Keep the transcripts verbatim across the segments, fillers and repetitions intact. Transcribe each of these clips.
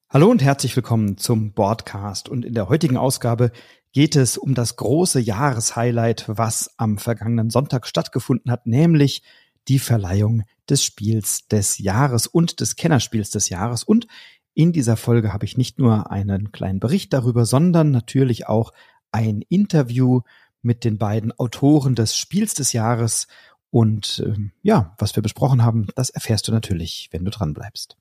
Hallo und herzlich willkommen zum Boardcast. Und in der heutigen Ausgabe geht es um das große Jahreshighlight, was am vergangenen Sonntag stattgefunden hat, nämlich die Verleihung des Spiels des Jahres und des Kennerspiels des Jahres. Und in dieser Folge habe ich nicht nur einen kleinen Bericht darüber, sondern natürlich auch ein Interview mit den beiden Autoren des Spiels des Jahres. Und ähm, ja, was wir besprochen haben, das erfährst du natürlich, wenn du dran bleibst.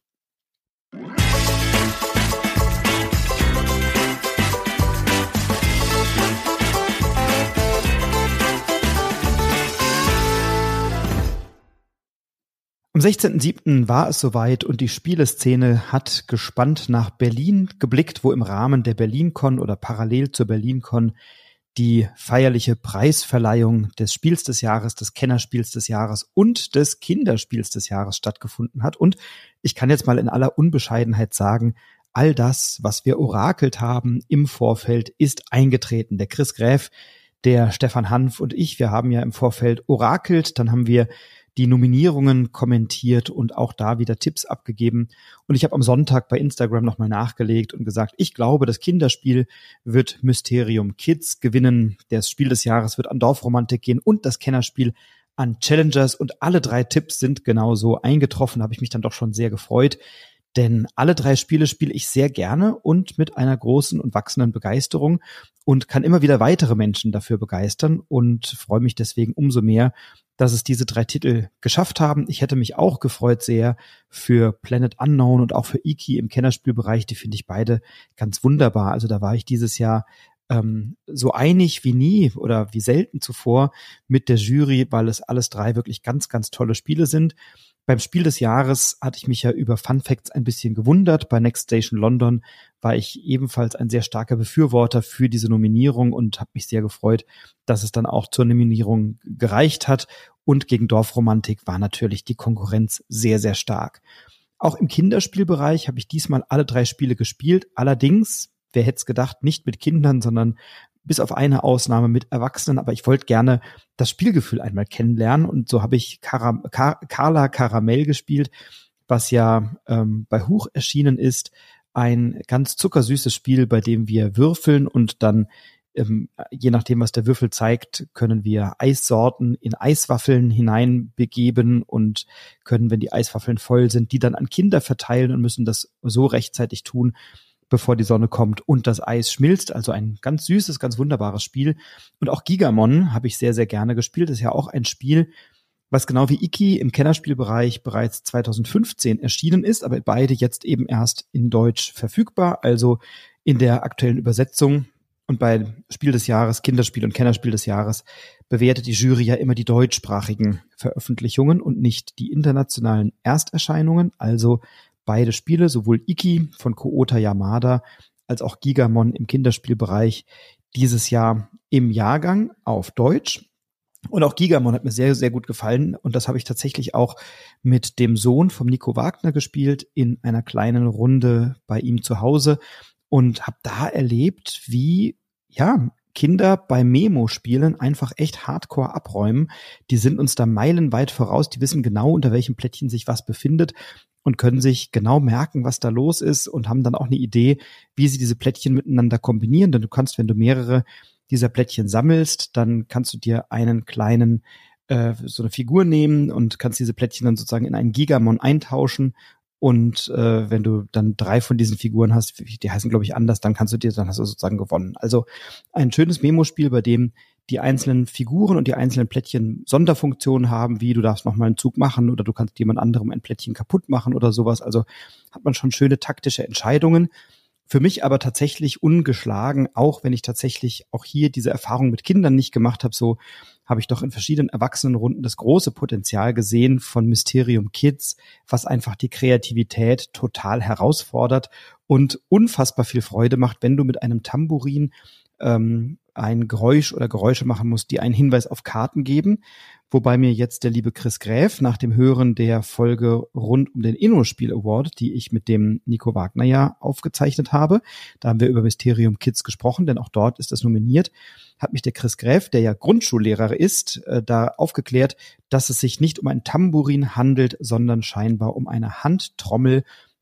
Am sechzehnten siebten war es soweit und die Spieleszene hat gespannt nach Berlin geblickt, wo im Rahmen der BerlinCon oder parallel zur BerlinCon die feierliche Preisverleihung des Spiels des Jahres, des Kennerspiels des Jahres und des Kinderspiels des Jahres stattgefunden hat. Und ich kann jetzt mal in aller Unbescheidenheit sagen, all das, was wir orakelt haben im Vorfeld, ist eingetreten. Der Chris Gräf, der Stefan Hanf und ich, wir haben ja im Vorfeld orakelt, dann haben wir die Nominierungen kommentiert und auch da wieder Tipps abgegeben. Und ich habe am Sonntag bei Instagram nochmal nachgelegt und gesagt, ich glaube, das Kinderspiel wird Mysterium Kids gewinnen. Das Spiel des Jahres wird an Dorfromantik gehen und das Kennerspiel an Challengers. Und alle drei Tipps sind genauso eingetroffen. Da habe ich mich dann doch schon sehr gefreut. Denn alle drei Spiele spiele ich sehr gerne und mit einer großen und wachsenden Begeisterung und kann immer wieder weitere Menschen dafür begeistern und freue mich deswegen umso mehr, dass es diese drei Titel geschafft haben. Ich hätte mich auch gefreut sehr für Planet Unknown und auch für Iki im Kennerspielbereich. Die finde ich beide ganz wunderbar. Also da war ich dieses Jahr ähm, so einig wie nie oder wie selten zuvor mit der Jury, weil es alles drei wirklich ganz, ganz tolle Spiele sind. Beim Spiel des Jahres hatte ich mich ja über Fun Facts ein bisschen gewundert. Bei Next Station London war ich ebenfalls ein sehr starker Befürworter für diese Nominierung und habe mich sehr gefreut, dass es dann auch zur Nominierung gereicht hat. Und gegen Dorfromantik war natürlich die Konkurrenz sehr, sehr stark. Auch im Kinderspielbereich habe ich diesmal alle drei Spiele gespielt. Allerdings, wer hätte es gedacht, nicht mit Kindern, sondern bis auf eine Ausnahme mit Erwachsenen, aber ich wollte gerne das Spielgefühl einmal kennenlernen und so habe ich Karam- Kar- Carla Karamell gespielt, was ja ähm, bei Huch erschienen ist, ein ganz zuckersüßes Spiel, bei dem wir würfeln und dann, ähm, je nachdem, was der Würfel zeigt, können wir Eissorten in Eiswaffeln hineinbegeben und können, wenn die Eiswaffeln voll sind, die dann an Kinder verteilen und müssen das so rechtzeitig tun, bevor die Sonne kommt und das Eis schmilzt. Also ein ganz süßes, ganz wunderbares Spiel. Und auch Gigamon habe ich sehr, sehr gerne gespielt. Das ist ja auch ein Spiel, was genau wie Iki im Kennerspielbereich bereits zweitausendfünfzehn erschienen ist, aber beide jetzt eben erst in Deutsch verfügbar, also in der aktuellen Übersetzung. Und bei Spiel des Jahres, Kinderspiel und Kennerspiel des Jahres bewertet die Jury ja immer die deutschsprachigen Veröffentlichungen und nicht die internationalen Ersterscheinungen, also beide Spiele, sowohl Iki von Koota Yamada als auch Gigamon im Kinderspielbereich dieses Jahr im Jahrgang auf Deutsch. Und auch Gigamon hat mir sehr, sehr gut gefallen. Und das habe ich tatsächlich auch mit dem Sohn vom Nico Wagner gespielt in einer kleinen Runde bei ihm zu Hause und habe da erlebt, wie, ja, Kinder bei Memo-Spielen einfach echt hardcore abräumen. Die sind uns da meilenweit voraus. Die wissen genau, unter welchem Plättchen sich was befindet und können sich genau merken, was da los ist und haben dann auch eine Idee, wie sie diese Plättchen miteinander kombinieren. Denn du kannst, wenn du mehrere dieser Plättchen sammelst, dann kannst du dir einen kleinen, äh, so eine Figur nehmen und kannst diese Plättchen dann sozusagen in einen Gigamon eintauschen. Und äh, wenn du dann drei von diesen Figuren hast, die heißen, glaube ich, anders, dann kannst du dir, dann hast du sozusagen gewonnen. Also ein schönes Memospiel, bei dem die einzelnen Figuren und die einzelnen Plättchen Sonderfunktionen haben, wie du darfst noch mal einen Zug machen oder du kannst jemand anderem ein Plättchen kaputt machen oder sowas. Also hat man schon schöne taktische Entscheidungen. Für mich aber tatsächlich ungeschlagen, auch wenn ich tatsächlich auch hier diese Erfahrung mit Kindern nicht gemacht habe, so habe ich doch in verschiedenen Erwachsenenrunden das große Potenzial gesehen von Mysterium Kids, was einfach die Kreativität total herausfordert und unfassbar viel Freude macht, wenn du mit einem Tambourin ähm, ein Geräusch oder Geräusche machen musst, die einen Hinweis auf Karten geben. Wobei mir jetzt der liebe Chris Gräf nach dem Hören der Folge rund um den Inno-Spiel Award, die ich mit dem Nico Wagner ja aufgezeichnet habe, da haben wir über Mysterium Kids gesprochen, denn auch dort ist das nominiert, hat mich der Chris Gräf, der ja Grundschullehrer ist, äh, da aufgeklärt, dass es sich nicht um ein Tambourin handelt, sondern scheinbar um eine Handtrommel,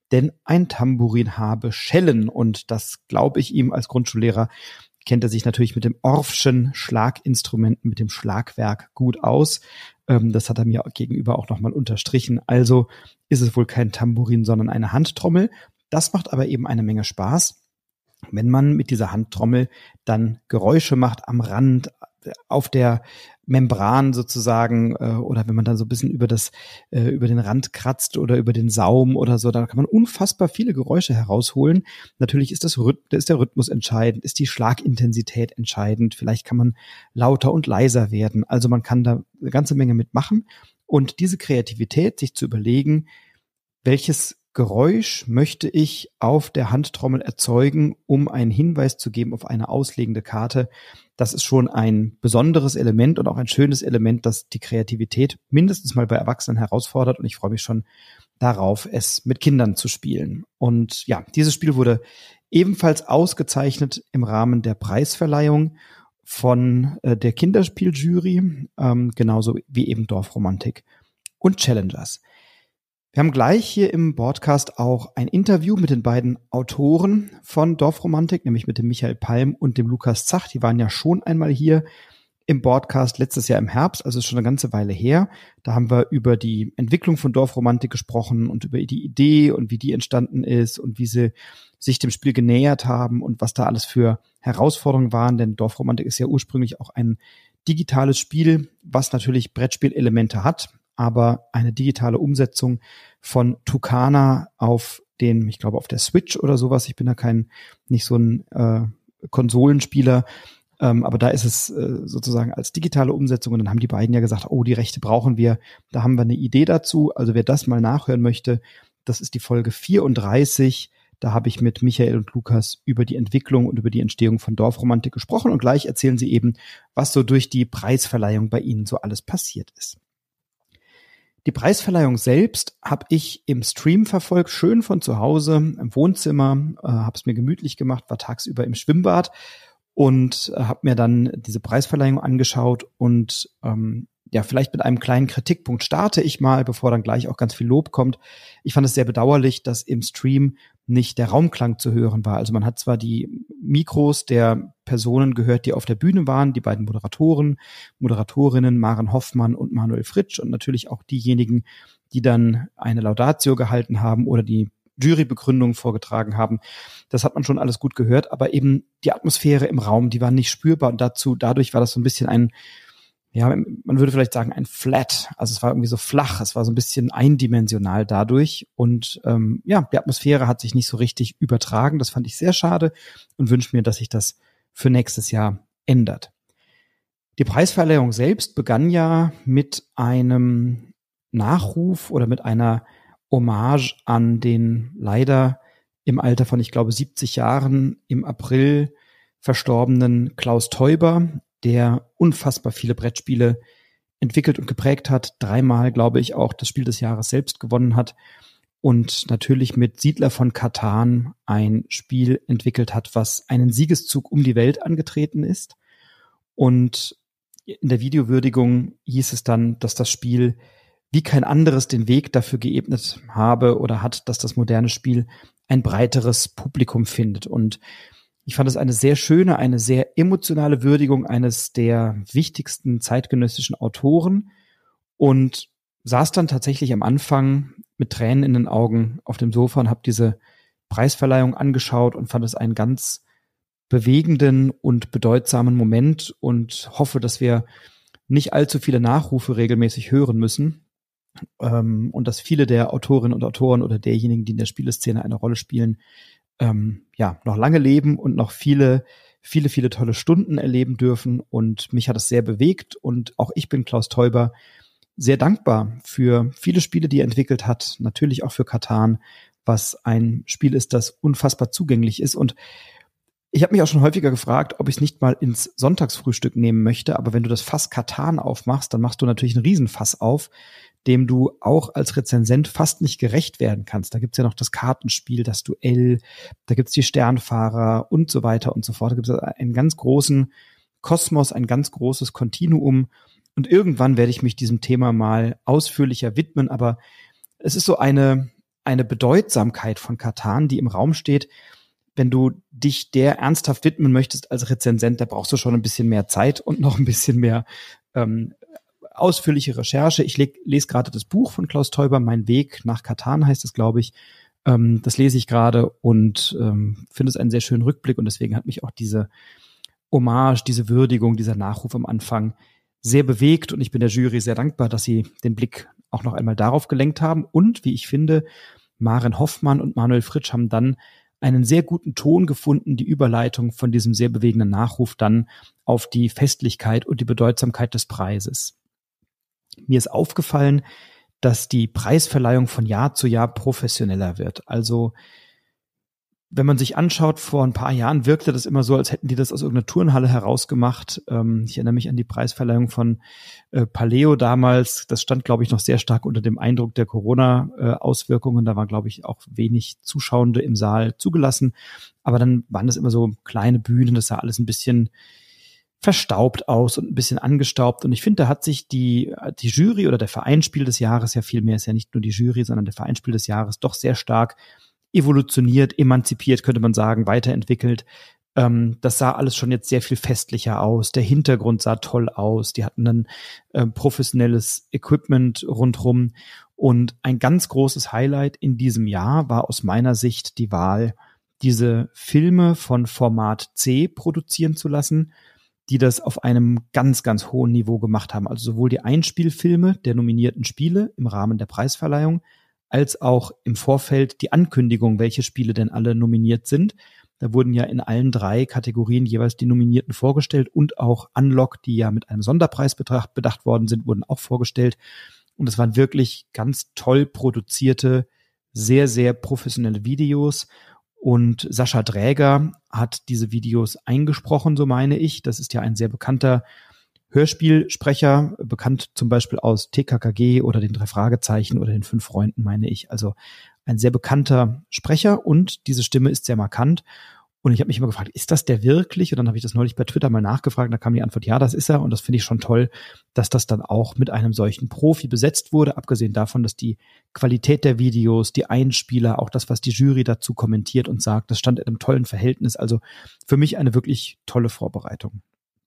denn ein Tambourin habe Schellen. Und das glaube ich ihm als Grundschullehrer, kennt er sich natürlich mit dem Orffschen Schlaginstrument, mit dem Schlagwerk gut aus. Ähm, das hat er mir gegenüber auch nochmal unterstrichen. Also ist es wohl kein Tambourin, sondern eine Handtrommel. Das macht aber eben eine Menge Spaß, wenn man mit dieser Handtrommel dann Geräusche macht am Rand, auf der Membran sozusagen, äh, oder wenn man dann so ein bisschen über das, äh, über den Rand kratzt oder über den Saum oder so, da kann man unfassbar viele Geräusche herausholen. Natürlich ist das Rhyth- ist der Rhythmus entscheidend, ist die Schlagintensität entscheidend. Vielleicht kann man lauter und leiser werden. Also man kann da eine ganze Menge mitmachen. Und diese Kreativität, sich zu überlegen, welches Geräusch möchte ich auf der Handtrommel erzeugen, um einen Hinweis zu geben auf eine auslegende Karte. Das ist schon ein besonderes Element und auch ein schönes Element, das die Kreativität mindestens mal bei Erwachsenen herausfordert. Und ich freue mich schon darauf, es mit Kindern zu spielen. Und ja, dieses Spiel wurde ebenfalls ausgezeichnet im Rahmen der Preisverleihung von äh, der Kinderspieljury, ähm, genauso wie eben Dorfromantik und Challengers. Wir haben gleich hier im Podcast auch ein Interview mit den beiden Autoren von Dorfromantik, nämlich mit dem Michael Palm und dem Lukas Zach. Die waren ja schon einmal hier im Podcast letztes Jahr im Herbst, also ist schon eine ganze Weile her. Da haben wir über die Entwicklung von Dorfromantik gesprochen und über die Idee und wie die entstanden ist und wie sie sich dem Spiel genähert haben und was da alles für Herausforderungen waren. Denn Dorfromantik ist ja ursprünglich auch ein digitales Spiel, was natürlich Brettspielelemente hat, aber eine digitale Umsetzung von Tucana auf den, ich glaube auf der Switch oder sowas. Ich bin da kein, nicht so ein äh, Konsolenspieler, ähm, aber da ist es äh, sozusagen als digitale Umsetzung und dann haben die beiden ja gesagt, oh, die Rechte brauchen wir, da haben wir eine Idee dazu. Also wer das mal nachhören möchte, das ist die Folge vierunddreißig. Da habe ich mit Michael und Lukas über die Entwicklung und über die Entstehung von Dorfromantik gesprochen und gleich erzählen sie eben, was so durch die Preisverleihung bei ihnen so alles passiert ist. Die Preisverleihung selbst habe ich im Stream verfolgt, schön von zu Hause im Wohnzimmer, äh, habe es mir gemütlich gemacht, war tagsüber im Schwimmbad und äh, habe mir dann diese Preisverleihung angeschaut und ähm, ja, vielleicht mit einem kleinen Kritikpunkt starte ich mal, bevor dann gleich auch ganz viel Lob kommt. Ich fand es sehr bedauerlich, dass im Stream nicht der Raumklang zu hören war. Also man hat zwar die Mikros der Personen gehört, die auf der Bühne waren, die beiden Moderatoren, Moderatorinnen Maren Hoffmann und Manuel Fritsch und natürlich auch diejenigen, die dann eine Laudatio gehalten haben oder die Jurybegründung vorgetragen haben. Das hat man schon alles gut gehört, aber eben die Atmosphäre im Raum, die war nicht spürbar und dazu, dadurch war das so ein bisschen ein, ja, man würde vielleicht sagen, ein Flat. Also es war irgendwie so flach, es war so ein bisschen eindimensional dadurch. Und ähm, ja, die Atmosphäre hat sich nicht so richtig übertragen. Das fand ich sehr schade und wünsche mir, dass sich das für nächstes Jahr ändert. Die Preisverleihung selbst begann ja mit einem Nachruf oder mit einer Hommage an den leider im Alter von, ich glaube, siebzig Jahren im April verstorbenen Klaus Teuber, der unfassbar viele Brettspiele entwickelt und geprägt hat, dreimal, glaube ich, auch das Spiel des Jahres selbst gewonnen hat und natürlich mit Siedler von Catan ein Spiel entwickelt hat, was einen Siegeszug um die Welt angetreten ist. Und in der Videowürdigung hieß es dann, dass das Spiel wie kein anderes den Weg dafür geebnet habe oder hat, dass das moderne Spiel ein breiteres Publikum findet. Und ich fand es eine sehr schöne, eine sehr emotionale Würdigung eines der wichtigsten zeitgenössischen Autoren und saß dann tatsächlich am Anfang mit Tränen in den Augen auf dem Sofa und habe diese Preisverleihung angeschaut und fand es einen ganz bewegenden und bedeutsamen Moment und hoffe, dass wir nicht allzu viele Nachrufe regelmäßig hören müssen ähm, und dass viele der Autorinnen und Autoren oder derjenigen, die in der Spieleszene eine Rolle spielen, ähm, ja, noch lange leben und noch viele, viele, viele tolle Stunden erleben dürfen. Und mich hat es sehr bewegt. Und auch ich bin Klaus Teuber sehr dankbar für viele Spiele, die er entwickelt hat. Natürlich auch für Catan, was ein Spiel ist, das unfassbar zugänglich ist. Und ich habe mich auch schon häufiger gefragt, ob ich es nicht mal ins Sonntagsfrühstück nehmen möchte. Aber wenn du das Fass Catan aufmachst, dann machst du natürlich einen Riesenfass auf, dem du auch als Rezensent fast nicht gerecht werden kannst. Da gibt's ja noch das Kartenspiel, das Duell, da gibt's die Sternfahrer und so weiter und so fort. Da gibt's einen ganz großen Kosmos, ein ganz großes Kontinuum. Und irgendwann werde ich mich diesem Thema mal ausführlicher widmen. Aber es ist so eine eine Bedeutsamkeit von Catan, die im Raum steht. Wenn du dich der ernsthaft widmen möchtest als Rezensent, da brauchst du schon ein bisschen mehr Zeit und noch ein bisschen mehr ähm, ausführliche Recherche. Ich leg, lese gerade das Buch von Klaus Teuber, Mein Weg nach Catan heißt es, glaube ich. Ähm, das lese ich gerade und ähm, finde es einen sehr schönen Rückblick und deswegen hat mich auch diese Hommage, diese Würdigung, dieser Nachruf am Anfang sehr bewegt und ich bin der Jury sehr dankbar, dass sie den Blick auch noch einmal darauf gelenkt haben und, wie ich finde, Maren Hoffmann und Manuel Fritsch haben dann einen sehr guten Ton gefunden, die Überleitung von diesem sehr bewegenden Nachruf dann auf die Festlichkeit und die Bedeutsamkeit des Preises. Mir ist aufgefallen, dass die Preisverleihung von Jahr zu Jahr professioneller wird. Also wenn man sich anschaut, vor ein paar Jahren wirkte das immer so, als hätten die das aus irgendeiner Turnhalle herausgemacht. Ähm, ich erinnere mich an die Preisverleihung von äh, Paleo damals. Das stand, glaube ich, noch sehr stark unter dem Eindruck der Corona-Auswirkungen. Da war, glaube ich, auch wenig Zuschauende im Saal zugelassen. Aber dann waren das immer so kleine Bühnen. Das sah alles ein bisschen verstaubt aus und ein bisschen angestaubt. Und ich finde, da hat sich die, die Jury oder der Vereinsspiel des Jahres, ja viel mehr ist ja nicht nur die Jury, sondern der Vereinsspiel des Jahres doch sehr stark evolutioniert, emanzipiert, könnte man sagen, weiterentwickelt. Ähm, das sah alles schon jetzt sehr viel festlicher aus. Der Hintergrund sah toll aus. Die hatten dann äh, professionelles Equipment rundrum. Und ein ganz großes Highlight in diesem Jahr war aus meiner Sicht die Wahl, diese Filme von Format C produzieren zu lassen, die das auf einem ganz, ganz hohen Niveau gemacht haben. Also sowohl die Einspielfilme der nominierten Spiele im Rahmen der Preisverleihung, als auch im Vorfeld die Ankündigung, welche Spiele denn alle nominiert sind. Da wurden ja in allen drei Kategorien jeweils die Nominierten vorgestellt und auch Unlock, die ja mit einem Sonderpreis bedacht, bedacht worden sind, wurden auch vorgestellt. Und es waren wirklich ganz toll produzierte, sehr, sehr professionelle Videos. Und Sascha Dräger hat diese Videos eingesprochen, so meine ich. Das ist ja ein sehr bekannter Hörspielsprecher, bekannt zum Beispiel aus T K K G oder den drei Fragezeichen oder den fünf Freunden, meine ich. Also ein sehr bekannter Sprecher und diese Stimme ist sehr markant. Und ich habe mich immer gefragt, ist das der wirklich? Und dann habe ich das neulich bei Twitter mal nachgefragt, da kam die Antwort, ja, das ist er. Und das finde ich schon toll, dass das dann auch mit einem solchen Profi besetzt wurde, abgesehen davon, dass die Qualität der Videos, die Einspieler, auch das, was die Jury dazu kommentiert und sagt, das stand in einem tollen Verhältnis. Also für mich eine wirklich tolle Vorbereitung.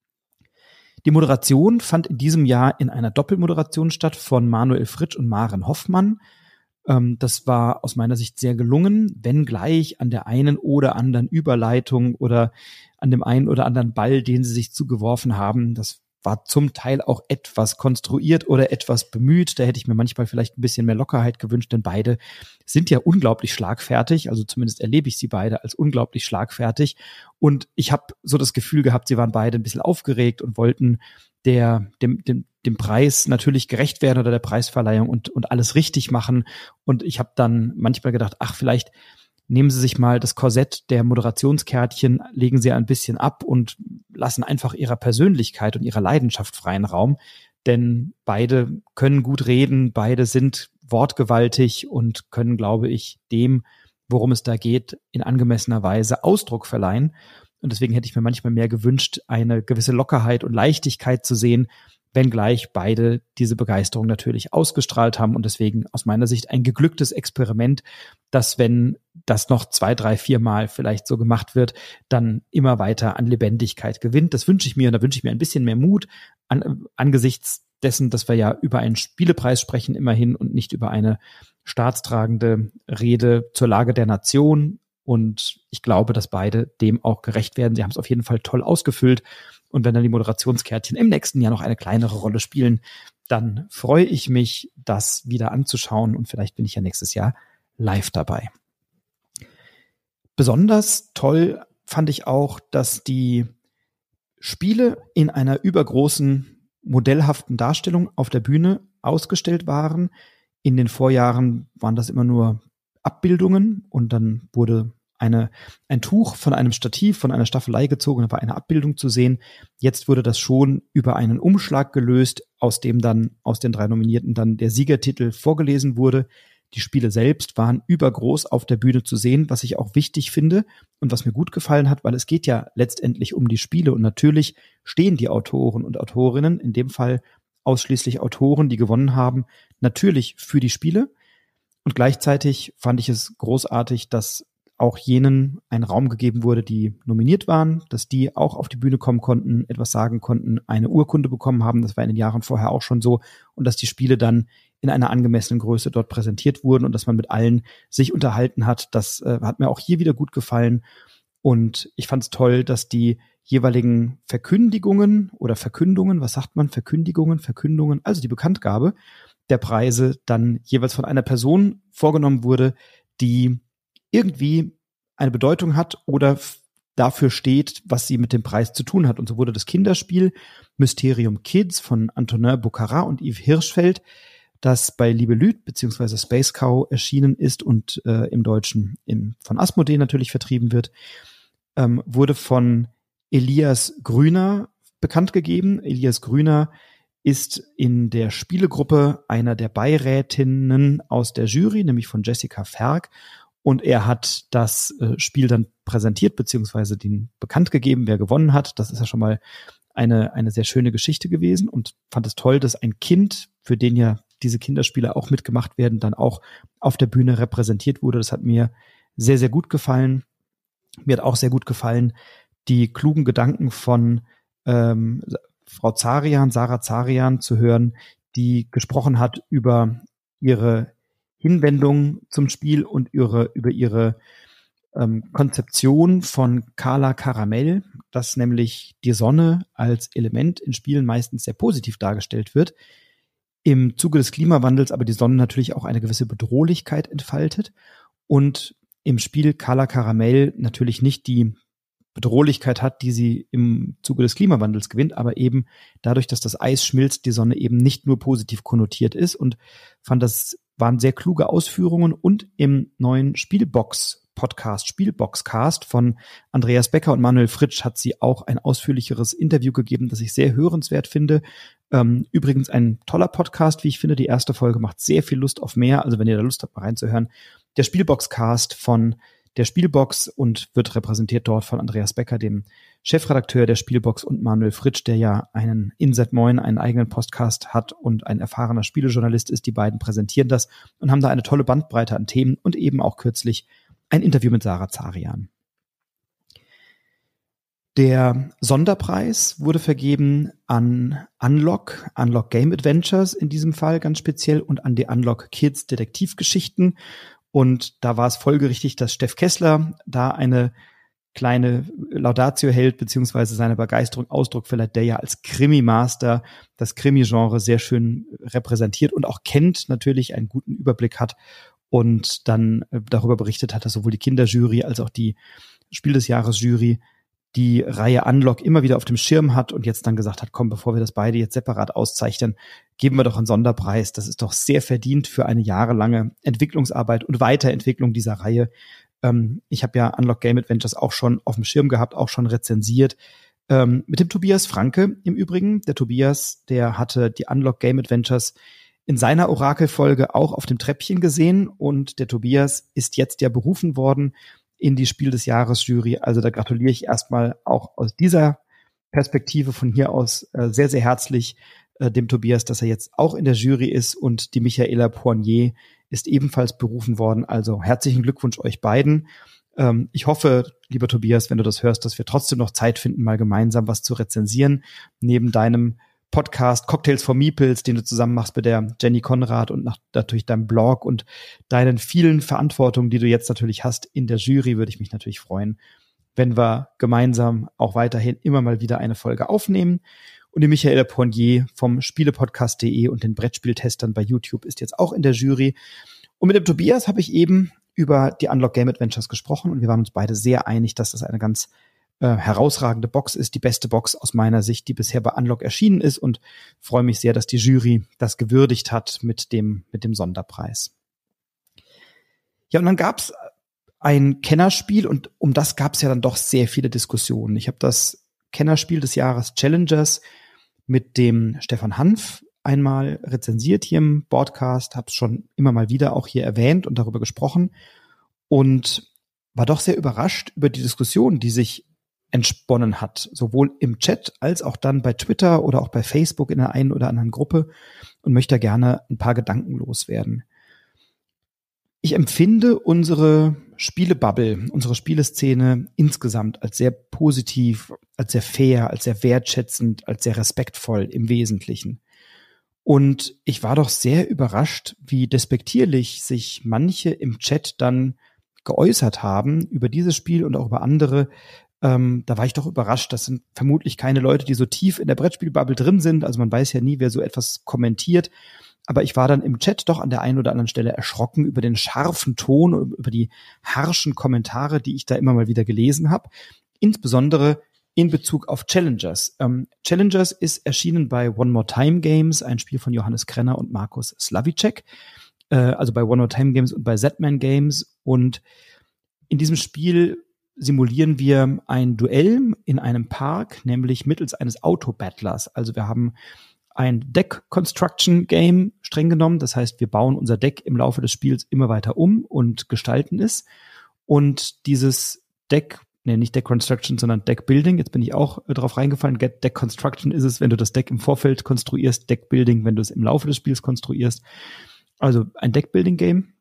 Die Moderation fand in diesem Jahr in einer Doppelmoderation statt von Manuel Fritsch und Maren Hoffmann. Das war aus meiner Sicht sehr gelungen, wenngleich an der einen oder anderen Überleitung oder an dem einen oder anderen Ball, den sie sich zugeworfen haben, das war zum Teil auch etwas konstruiert oder etwas bemüht. Da hätte ich mir manchmal vielleicht ein bisschen mehr Lockerheit gewünscht, denn beide sind ja unglaublich schlagfertig. Also zumindest erlebe ich sie beide als unglaublich schlagfertig. Und ich habe so das Gefühl gehabt, sie waren beide ein bisschen aufgeregt und wollten der dem dem dem Preis natürlich gerecht werden oder der Preisverleihung und und alles richtig machen. Und ich habe dann manchmal gedacht, ach, vielleicht nehmen Sie sich mal das Korsett der Moderationskärtchen, legen Sie ein bisschen ab und lassen einfach Ihrer Persönlichkeit und Ihrer Leidenschaft freien Raum. Denn beide können gut reden, beide sind wortgewaltig und können, glaube ich, dem, worum es da geht, in angemessener Weise Ausdruck verleihen. Und deswegen hätte ich mir manchmal mehr gewünscht, eine gewisse Lockerheit und Leichtigkeit zu sehen, wenngleich beide diese Begeisterung natürlich ausgestrahlt haben und deswegen aus meiner Sicht ein geglücktes Experiment, dass wenn das noch zwei, drei, vier Mal vielleicht so gemacht wird, dann immer weiter an Lebendigkeit gewinnt. Das wünsche ich mir und da wünsche ich mir ein bisschen mehr Mut an, angesichts dessen, dass wir ja über einen Spielepreis sprechen immerhin und nicht über eine staatstragende Rede zur Lage der Nation. Und ich glaube, dass beide dem auch gerecht werden. Sie haben es auf jeden Fall toll ausgefüllt. Und wenn dann die Moderationskärtchen im nächsten Jahr noch eine kleinere Rolle spielen, dann freue ich mich, das wieder anzuschauen. Und vielleicht bin ich ja nächstes Jahr live dabei. Besonders toll fand ich auch, dass die Spiele in einer übergroßen, modellhaften Darstellung auf der Bühne ausgestellt waren. In den Vorjahren waren das immer nur Abbildungen und dann wurde eine, ein Tuch von einem Stativ, von einer Staffelei gezogen, da war eine Abbildung zu sehen. Jetzt wurde das schon über einen Umschlag gelöst, aus dem dann aus den drei Nominierten dann der Siegertitel vorgelesen wurde. Die Spiele selbst waren übergroß auf der Bühne zu sehen, was ich auch wichtig finde und was mir gut gefallen hat, weil es geht ja letztendlich um die Spiele und natürlich stehen die Autoren und Autorinnen, in dem Fall ausschließlich Autoren, die gewonnen haben, natürlich für die Spiele. Und gleichzeitig fand ich es großartig, dass auch jenen ein Raum gegeben wurde, die nominiert waren, dass die auch auf die Bühne kommen konnten, etwas sagen konnten, eine Urkunde bekommen haben. Das war in den Jahren vorher auch schon so. Und dass die Spiele dann in einer angemessenen Größe dort präsentiert wurden und dass man mit allen sich unterhalten hat. Das äh, hat mir auch hier wieder gut gefallen. Und ich fand es toll, dass die jeweiligen Verkündigungen oder Verkündungen, was sagt man, Verkündigungen, Verkündungen, also die Bekanntgabe der Preise dann jeweils von einer Person vorgenommen wurde, die irgendwie eine Bedeutung hat oder f- dafür steht, was sie mit dem Preis zu tun hat. Und so wurde das Kinderspiel Mysterium Kids von Antonin Boucarat und Yves Hirschfeld, das bei Liebe Lüth bzw. Space Cow erschienen ist und äh, im Deutschen im, von Asmodee natürlich vertrieben wird, ähm, wurde von Elias Grüner bekannt gegeben. Elias Grüner ist in der Spielegruppe einer der Beirätinnen aus der Jury, nämlich von Jessica Ferg. Und er hat das äh, Spiel dann präsentiert, beziehungsweise den bekannt gegeben, wer gewonnen hat. Das ist ja schon mal eine, eine sehr schöne Geschichte gewesen und fand es toll, dass ein Kind, für den ja diese Kinderspiele auch mitgemacht werden, dann auch auf der Bühne repräsentiert wurde. Das hat mir sehr, sehr gut gefallen. Mir hat auch sehr gut gefallen, die klugen Gedanken von ähm, Frau Zarian, Sarah Zarian zu hören, die gesprochen hat über ihre Hinwendung zum Spiel und ihre, über ihre ähm, Konzeption von Kala Karamell, dass nämlich die Sonne als Element in Spielen meistens sehr positiv dargestellt wird, im Zuge des Klimawandels aber die Sonne natürlich auch eine gewisse Bedrohlichkeit entfaltet und im Spiel Kala Karamell natürlich nicht die Bedrohlichkeit hat, die sie im Zuge des Klimawandels gewinnt, aber eben dadurch, dass das Eis schmilzt, die Sonne eben nicht nur positiv konnotiert ist und fand, das waren sehr kluge Ausführungen und im neuen Spielbox-Podcast, Spielboxcast von Andreas Becker und Manuel Fritsch hat sie auch ein ausführlicheres Interview gegeben, das ich sehr hörenswert finde. Ähm, übrigens ein toller Podcast, wie ich finde. Die erste Folge macht sehr viel Lust auf mehr, also wenn ihr da Lust habt, mal reinzuhören. Der Spielboxcast von der Spielbox und wird repräsentiert dort von Andreas Becker, dem Chefredakteur der Spielbox, und Manuel Fritsch, der ja einen Inset Moin, einen eigenen Podcast hat und ein erfahrener Spielejournalist ist. Die beiden präsentieren das und haben da eine tolle Bandbreite an Themen und eben auch kürzlich ein Interview mit Sarah Zarian. Der Sonderpreis wurde vergeben an Unlock, Unlock Game Adventures in diesem Fall ganz speziell und an die Unlock Kids Detektivgeschichten. Und da war es folgerichtig, dass Steff Kessler da eine kleine Laudatio hält, beziehungsweise seine Begeisterung Ausdruck verleiht, der ja als Krimi-Master das Krimi-Genre sehr schön repräsentiert und auch kennt, natürlich einen guten Überblick hat und dann darüber berichtet hat, dass sowohl die Kinderjury als auch die Spiel des Jahres Jury die Reihe Unlock immer wieder auf dem Schirm hat und jetzt dann gesagt hat, komm, bevor wir das beide jetzt separat auszeichnen, geben wir doch einen Sonderpreis. Das ist doch sehr verdient für eine jahrelange Entwicklungsarbeit und Weiterentwicklung dieser Reihe. Ähm, ich habe ja Unlock Game Adventures auch schon auf dem Schirm gehabt, auch schon rezensiert. Ähm, mit dem Tobias Franke im Übrigen. Der Tobias, der hatte die Unlock Game Adventures in seiner Orakelfolge auch auf dem Treppchen gesehen und der Tobias ist jetzt ja berufen worden in die Spiel des Jahres Jury. Also da gratuliere ich erstmal auch aus dieser Perspektive von hier aus äh, sehr, sehr herzlich äh, dem Tobias, dass er jetzt auch in der Jury ist und die Michaela Poignier ist ebenfalls berufen worden. Also herzlichen Glückwunsch euch beiden. Ähm, ich hoffe, lieber Tobias, wenn du das hörst, dass wir trotzdem noch Zeit finden, mal gemeinsam was zu rezensieren, neben deinem Podcast Cocktails for Meeples, den du zusammen machst mit der Jenny Konrad und nach, natürlich deinem Blog und deinen vielen Verantwortungen, die du jetzt natürlich hast in der Jury, würde ich mich natürlich freuen, wenn wir gemeinsam auch weiterhin immer mal wieder eine Folge aufnehmen. Und die Michaela Poignier vom Spielepodcast punkt de und den Brettspieltestern bei YouTube ist jetzt auch in der Jury. Und mit dem Tobias habe ich eben über die Unlock Game Adventures gesprochen und wir waren uns beide sehr einig, dass das eine ganz Äh, herausragende Box ist, die beste Box aus meiner Sicht, die bisher bei Unlock erschienen ist und freue mich sehr, dass die Jury das gewürdigt hat mit dem, mit dem Sonderpreis. Ja, und dann gab's ein Kennerspiel und um das gab's ja dann doch sehr viele Diskussionen. Ich habe das Kennerspiel des Jahres Challengers mit dem Stefan Hanf einmal rezensiert hier im Podcast, habe es schon immer mal wieder auch hier erwähnt und darüber gesprochen und war doch sehr überrascht über die Diskussion, die sich entsponnen hat, sowohl im Chat als auch dann bei Twitter oder auch bei Facebook in der einen oder anderen Gruppe und möchte gerne ein paar Gedanken loswerden. Ich empfinde unsere Spielebubble, unsere Spieleszene insgesamt als sehr positiv, als sehr fair, als sehr wertschätzend, als sehr respektvoll im Wesentlichen. Und ich war doch sehr überrascht, wie despektierlich sich manche im Chat dann geäußert haben über dieses Spiel und auch über andere. Ähm, da war ich doch überrascht. Das sind vermutlich keine Leute, die so tief in der Brettspielbubble drin sind. Also man weiß ja nie, wer so etwas kommentiert. Aber ich war dann im Chat doch an der einen oder anderen Stelle erschrocken über den scharfen Ton und über die harschen Kommentare, die ich da immer mal wieder gelesen habe. Insbesondere in Bezug auf Challengers. Ähm, Challengers ist erschienen bei One More Time Games, ein Spiel von Johannes Krenner und Markus Slavicek. Äh, also bei One More Time Games und bei Z-Man Games. Und in diesem Spiel simulieren wir ein Duell in einem Park, nämlich mittels eines Autobattlers. Also wir haben ein Deck-Construction-Game streng genommen. Das heißt, wir bauen unser Deck im Laufe des Spiels immer weiter um und gestalten es. Und dieses Deck, nee, nicht Deck-Construction, sondern Deck-Building, jetzt bin ich auch äh, drauf reingefallen. Deck-Construction ist es, wenn du das Deck im Vorfeld konstruierst. Deck-Building, wenn du es im Laufe des Spiels konstruierst. Also ein Deck-Building-Game.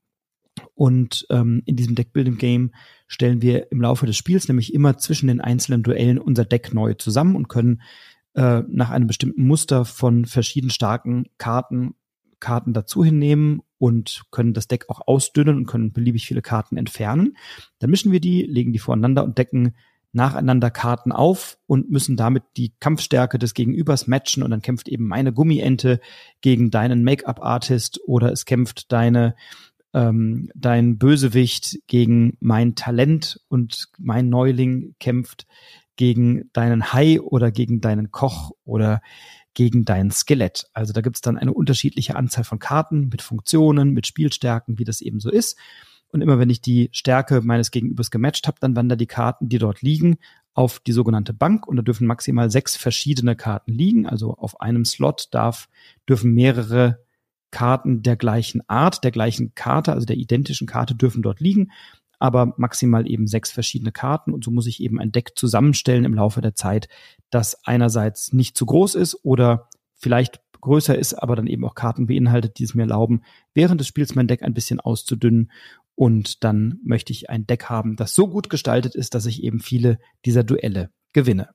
Und ähm, in diesem Deck-Building-Game stellen wir im Laufe des Spiels nämlich immer zwischen den einzelnen Duellen unser Deck neu zusammen und können nach einem bestimmten Muster von verschieden starken Karten Karten dazu hinnehmen und können das Deck auch ausdünnen und können beliebig viele Karten entfernen. Dann mischen wir die, legen die voreinander und decken nacheinander Karten auf und müssen damit die Kampfstärke des Gegenübers matchen. Und dann kämpft eben meine Gummiente gegen deinen Make-up-Artist oder es kämpft deine ähm, dein Bösewicht gegen mein Talent und mein Neuling kämpft gegen deinen Hai oder gegen deinen Koch oder gegen dein Skelett. Also da gibt's dann eine unterschiedliche Anzahl von Karten mit Funktionen, mit Spielstärken, wie das eben so ist. Und immer wenn ich die Stärke meines Gegenübers gematcht habe, dann wandern die Karten, die dort liegen, auf die sogenannte Bank. Und da dürfen maximal sechs verschiedene Karten liegen. Also auf einem Slot darf, dürfen mehrere Karten der gleichen Art, der gleichen Karte, also der identischen Karte dürfen dort liegen. Aber maximal eben sechs verschiedene Karten. Und so muss ich eben ein Deck zusammenstellen im Laufe der Zeit, das einerseits nicht zu groß ist oder vielleicht größer ist, aber dann eben auch Karten beinhaltet, die es mir erlauben, während des Spiels mein Deck ein bisschen auszudünnen. Und dann möchte ich ein Deck haben, das so gut gestaltet ist, dass ich eben viele dieser Duelle gewinne.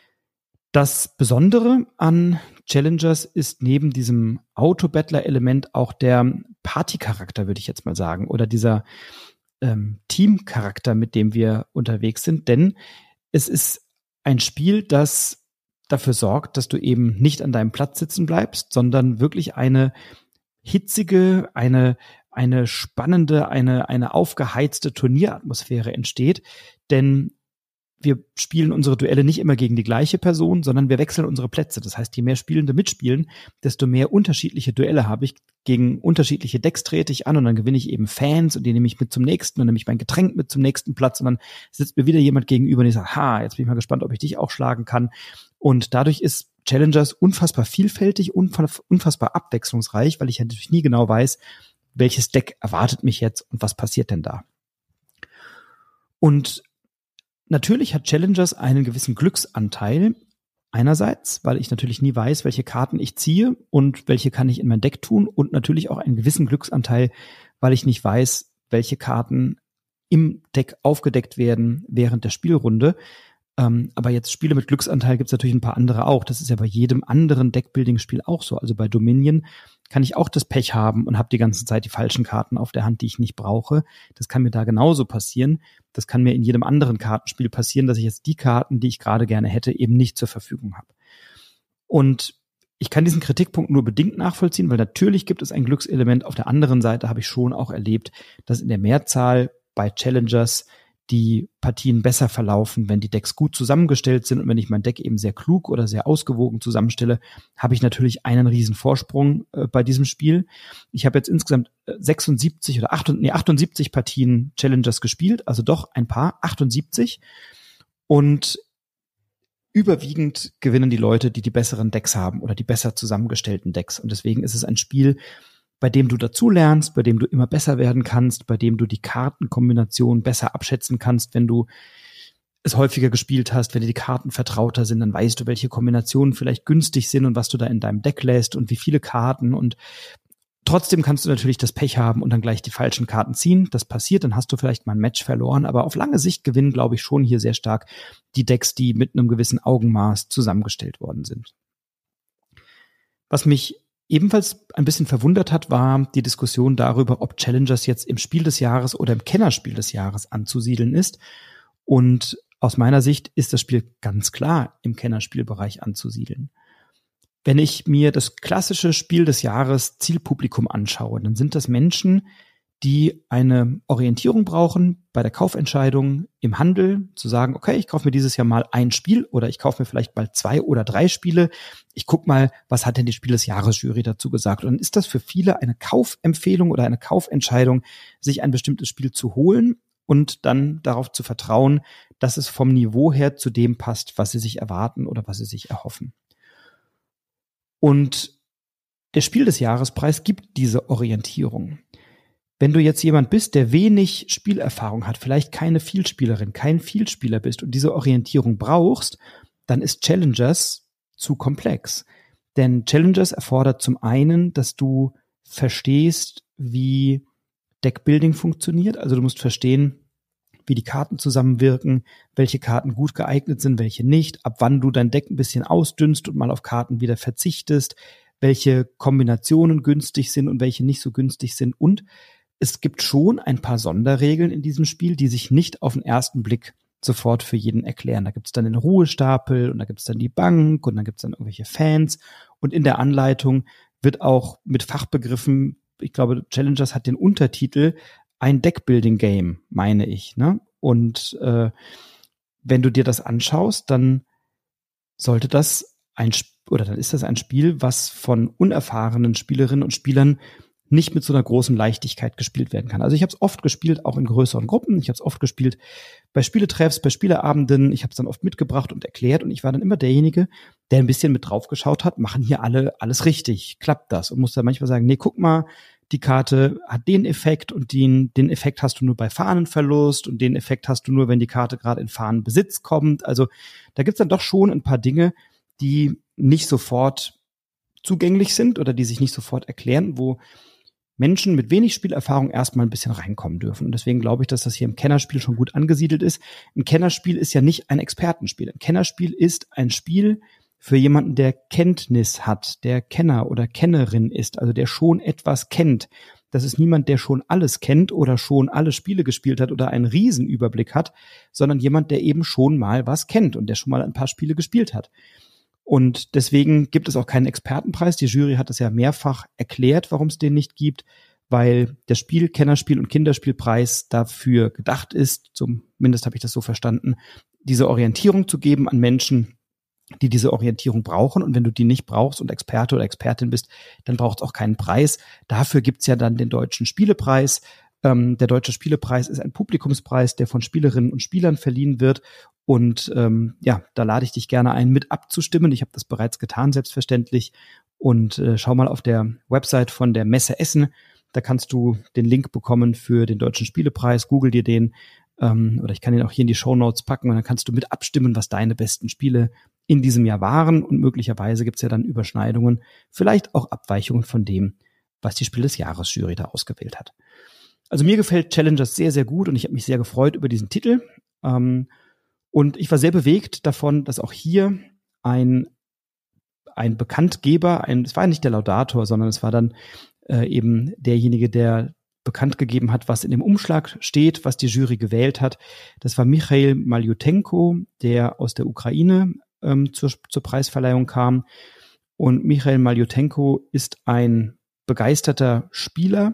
Das Besondere an Challengers ist neben diesem Auto-Battler-Element auch der Party-Charakter, würde ich jetzt mal sagen, oder dieser Ähm, Teamcharakter, mit dem wir unterwegs sind, denn es ist ein Spiel, das dafür sorgt, dass du eben nicht an deinem Platz sitzen bleibst, sondern wirklich eine hitzige, eine eine spannende, eine eine aufgeheizte Turnieratmosphäre entsteht, denn wir spielen unsere Duelle nicht immer gegen die gleiche Person, sondern wir wechseln unsere Plätze. Das heißt, je mehr Spielende mitspielen, desto mehr unterschiedliche Duelle habe ich. Gegen unterschiedliche Decks trete ich an und dann gewinne ich eben Fans und die nehme ich mit zum nächsten und nehme ich mein Getränk mit zum nächsten Platz und dann sitzt mir wieder jemand gegenüber und ich sage, ha, jetzt bin ich mal gespannt, ob ich dich auch schlagen kann. Und dadurch ist Challengers unfassbar vielfältig, unfassbar abwechslungsreich, weil ich ja natürlich nie genau weiß, welches Deck erwartet mich jetzt und was passiert denn da. Und natürlich hat Challengers einen gewissen Glücksanteil. Einerseits, weil ich natürlich nie weiß, welche Karten ich ziehe und welche kann ich in mein Deck tun. Und natürlich auch einen gewissen Glücksanteil, weil ich nicht weiß, welche Karten im Deck aufgedeckt werden während der Spielrunde. Ähm, aber jetzt Spiele mit Glücksanteil gibt es natürlich ein paar andere auch. Das ist ja bei jedem anderen Deckbuilding-Spiel auch so. Also bei Dominion kann ich auch das Pech haben und habe die ganze Zeit die falschen Karten auf der Hand, die ich nicht brauche. Das kann mir da genauso passieren. Das kann mir in jedem anderen Kartenspiel passieren, dass ich jetzt die Karten, die ich gerade gerne hätte, eben nicht zur Verfügung habe. Und ich kann diesen Kritikpunkt nur bedingt nachvollziehen, weil natürlich gibt es ein Glückselement. Auf der anderen Seite habe ich schon auch erlebt, dass in der Mehrzahl bei Challengers die Partien besser verlaufen, wenn die Decks gut zusammengestellt sind. Und wenn ich mein Deck eben sehr klug oder sehr ausgewogen zusammenstelle, habe ich natürlich einen riesen Vorsprung äh, bei diesem Spiel. Ich habe jetzt insgesamt sechsundsiebzig oder achtundsiebzig, nee, achtundsiebzig Partien Challengers gespielt, also doch ein paar, achtundsiebzig. Und überwiegend gewinnen die Leute, die die besseren Decks haben oder die besser zusammengestellten Decks. Und deswegen ist es ein Spiel, bei dem du dazulernst, bei dem du immer besser werden kannst, bei dem du die Kartenkombination besser abschätzen kannst, wenn du es häufiger gespielt hast, wenn dir die Karten vertrauter sind, dann weißt du, welche Kombinationen vielleicht günstig sind und was du da in deinem Deck lässt und wie viele Karten. Und Trotzdem kannst du natürlich das Pech haben und dann gleich die falschen Karten ziehen. Das passiert, dann hast du vielleicht mal ein Match verloren. Aber auf lange Sicht gewinnen, glaube ich, schon hier sehr stark die Decks, die mit einem gewissen Augenmaß zusammengestellt worden sind. Was mich ebenfalls ein bisschen verwundert hat, war die Diskussion darüber, ob Challengers jetzt im Spiel des Jahres oder im Kennerspiel des Jahres anzusiedeln ist. Und aus meiner Sicht ist das Spiel ganz klar im Kennerspielbereich anzusiedeln. Wenn ich mir das klassische Spiel des Jahres Zielpublikum anschaue, dann sind das Menschen, die eine Orientierung brauchen bei der Kaufentscheidung im Handel, zu sagen, okay, ich kaufe mir dieses Jahr mal ein Spiel oder ich kaufe mir vielleicht mal zwei oder drei Spiele. Ich gucke mal, was hat denn die Spiel des Jahres-Jury dazu gesagt? Und dann ist das für viele eine Kaufempfehlung oder eine Kaufentscheidung, sich ein bestimmtes Spiel zu holen und dann darauf zu vertrauen, dass es vom Niveau her zu dem passt, was sie sich erwarten oder was sie sich erhoffen. Und der Spiel des Jahrespreis gibt diese Orientierung. Wenn du jetzt jemand bist, der wenig Spielerfahrung hat, vielleicht keine Vielspielerin, kein Vielspieler bist und diese Orientierung brauchst, dann ist Challengers zu komplex. Denn Challengers erfordert zum einen, dass du verstehst, wie Deckbuilding funktioniert. Also du musst verstehen, wie die Karten zusammenwirken, welche Karten gut geeignet sind, welche nicht, ab wann du dein Deck ein bisschen ausdünnst und mal auf Karten wieder verzichtest, welche Kombinationen günstig sind und welche nicht so günstig sind. Und es gibt schon ein paar Sonderregeln in diesem Spiel, die sich nicht auf den ersten Blick sofort für jeden erklären. Da gibt es dann den Ruhestapel und da gibt es dann die Bank und dann gibt es dann irgendwelche Fans. Und in der Anleitung wird auch mit Fachbegriffen, ich glaube, Challengers hat den Untertitel ein Deckbuilding-Game, meine ich, ne? Und äh, wenn du dir das anschaust, dann sollte das ein Sp- oder dann ist das ein Spiel, was von unerfahrenen Spielerinnen und Spielern nicht mit so einer großen Leichtigkeit gespielt werden kann. Also ich habe es oft gespielt, auch in größeren Gruppen. Ich habe es oft gespielt bei Spieletreffs, bei Spieleabenden. Ich habe es dann oft mitgebracht und erklärt und ich war dann immer derjenige, der ein bisschen mit drauf geschaut hat, machen hier alle alles richtig, klappt das? Und muss dann manchmal sagen, nee, guck mal, die Karte hat den Effekt und den, den Effekt hast du nur bei Fahnenverlust und den Effekt hast du nur, wenn die Karte gerade in Fahnenbesitz kommt. Also da gibt's dann doch schon ein paar Dinge, die nicht sofort zugänglich sind oder die sich nicht sofort erklären, wo Menschen mit wenig Spielerfahrung erstmal ein bisschen reinkommen dürfen. Und deswegen glaube ich, dass das hier im Kennerspiel schon gut angesiedelt ist. Ein Kennerspiel ist ja nicht ein Expertenspiel. Ein Kennerspiel ist ein Spiel für jemanden, der Kenntnis hat, der Kenner oder Kennerin ist, also der schon etwas kennt. Das ist niemand, der schon alles kennt oder schon alle Spiele gespielt hat oder einen Riesenüberblick hat, sondern jemand, der eben schon mal was kennt und der schon mal ein paar Spiele gespielt hat. Und deswegen gibt es auch keinen Expertenpreis. Die Jury hat es ja mehrfach erklärt, warum es den nicht gibt, weil der Spiel-, Kennerspiel- und Kinderspielpreis dafür gedacht ist, zumindest habe ich das so verstanden, diese Orientierung zu geben an Menschen, die diese Orientierung brauchen. Und wenn du die nicht brauchst und Experte oder Expertin bist, dann braucht es auch keinen Preis. Dafür gibt's ja dann den Deutschen Spielepreis. Ähm, der Deutsche Spielepreis ist ein Publikumspreis, der von Spielerinnen und Spielern verliehen wird. Und ähm, ja, da lade ich dich gerne ein, mit abzustimmen. Ich habe das bereits getan, selbstverständlich. Und äh, schau mal auf der Website von der Messe Essen. Da kannst du den Link bekommen für den Deutschen Spielepreis. Google dir den. Ähm, oder ich kann ihn auch hier in die Shownotes packen. Und dann kannst du mit abstimmen, was deine besten Spiele in diesem Jahr waren. Und möglicherweise gibt's ja dann Überschneidungen, vielleicht auch Abweichungen von dem, was die Spiel des Jahres-Jury da ausgewählt hat. Also mir gefällt Challengers sehr, sehr gut und ich habe mich sehr gefreut über diesen Titel. Ähm, und ich war sehr bewegt davon, dass auch hier ein, ein Bekanntgeber, ein, es war nicht der Laudator, sondern es war dann äh, eben derjenige, der bekannt gegeben hat, was in dem Umschlag steht, was die Jury gewählt hat. Das war Michail Maljutenko, der aus der Ukraine ähm, zur, zur Preisverleihung kam. Und Michail Maljutenko ist ein begeisterter Spieler,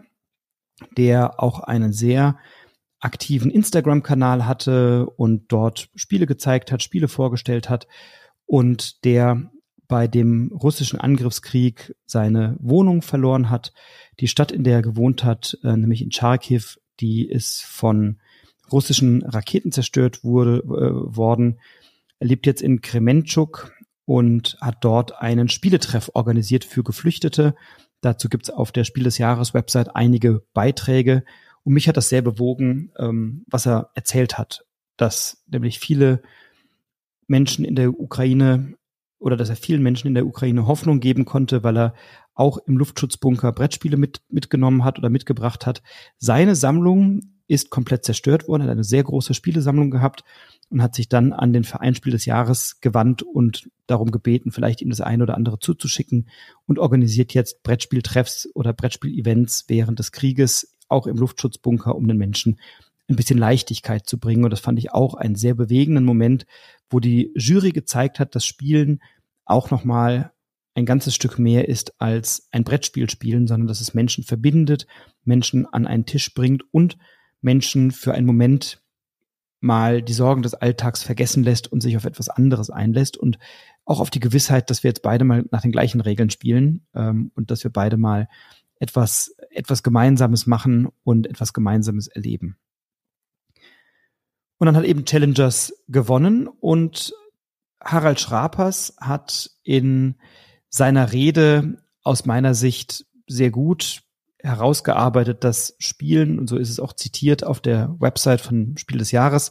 der auch einen sehr aktiven Instagram-Kanal hatte und dort Spiele gezeigt hat, Spiele vorgestellt hat und der bei dem russischen Angriffskrieg seine Wohnung verloren hat. Die Stadt, in der er gewohnt hat, äh, nämlich in Charkiw, die ist von russischen Raketen zerstört wurde, äh, worden. Er lebt jetzt in Krementschuk und hat dort einen Spieletreff organisiert für Geflüchtete. Dazu gibt's auf der Spiel des Jahres-Website einige Beiträge. Und mich hat das sehr bewogen, ähm, was er erzählt hat, dass nämlich viele Menschen in der Ukraine oder dass er vielen Menschen in der Ukraine Hoffnung geben konnte, weil er auch im Luftschutzbunker Brettspiele mit, mitgenommen hat oder mitgebracht hat. Seine Sammlung ist komplett zerstört worden, hat eine sehr große Spielesammlung gehabt und hat sich dann an den Verein Spiel des Jahres gewandt und darum gebeten, vielleicht ihm das eine oder andere zuzuschicken und organisiert jetzt Brettspieltreffs oder Brettspiel-Events während des Krieges, auch im Luftschutzbunker, um den Menschen ein bisschen Leichtigkeit zu bringen. Und das fand ich auch einen sehr bewegenden Moment, wo die Jury gezeigt hat, dass Spielen auch nochmal ein ganzes Stück mehr ist als ein Brettspiel spielen, sondern dass es Menschen verbindet, Menschen an einen Tisch bringt und Menschen für einen Moment mal die Sorgen des Alltags vergessen lässt und sich auf etwas anderes einlässt und auch auf die Gewissheit, dass wir jetzt beide mal nach den gleichen Regeln spielen ähm, und dass wir beide mal etwas, etwas Gemeinsames machen und etwas Gemeinsames erleben. Und dann hat eben Challengers gewonnen und Harald Schrapers hat in seiner Rede aus meiner Sicht sehr gut herausgearbeitet, dass Spielen, und so ist es auch zitiert auf der Website von Spiel des Jahres,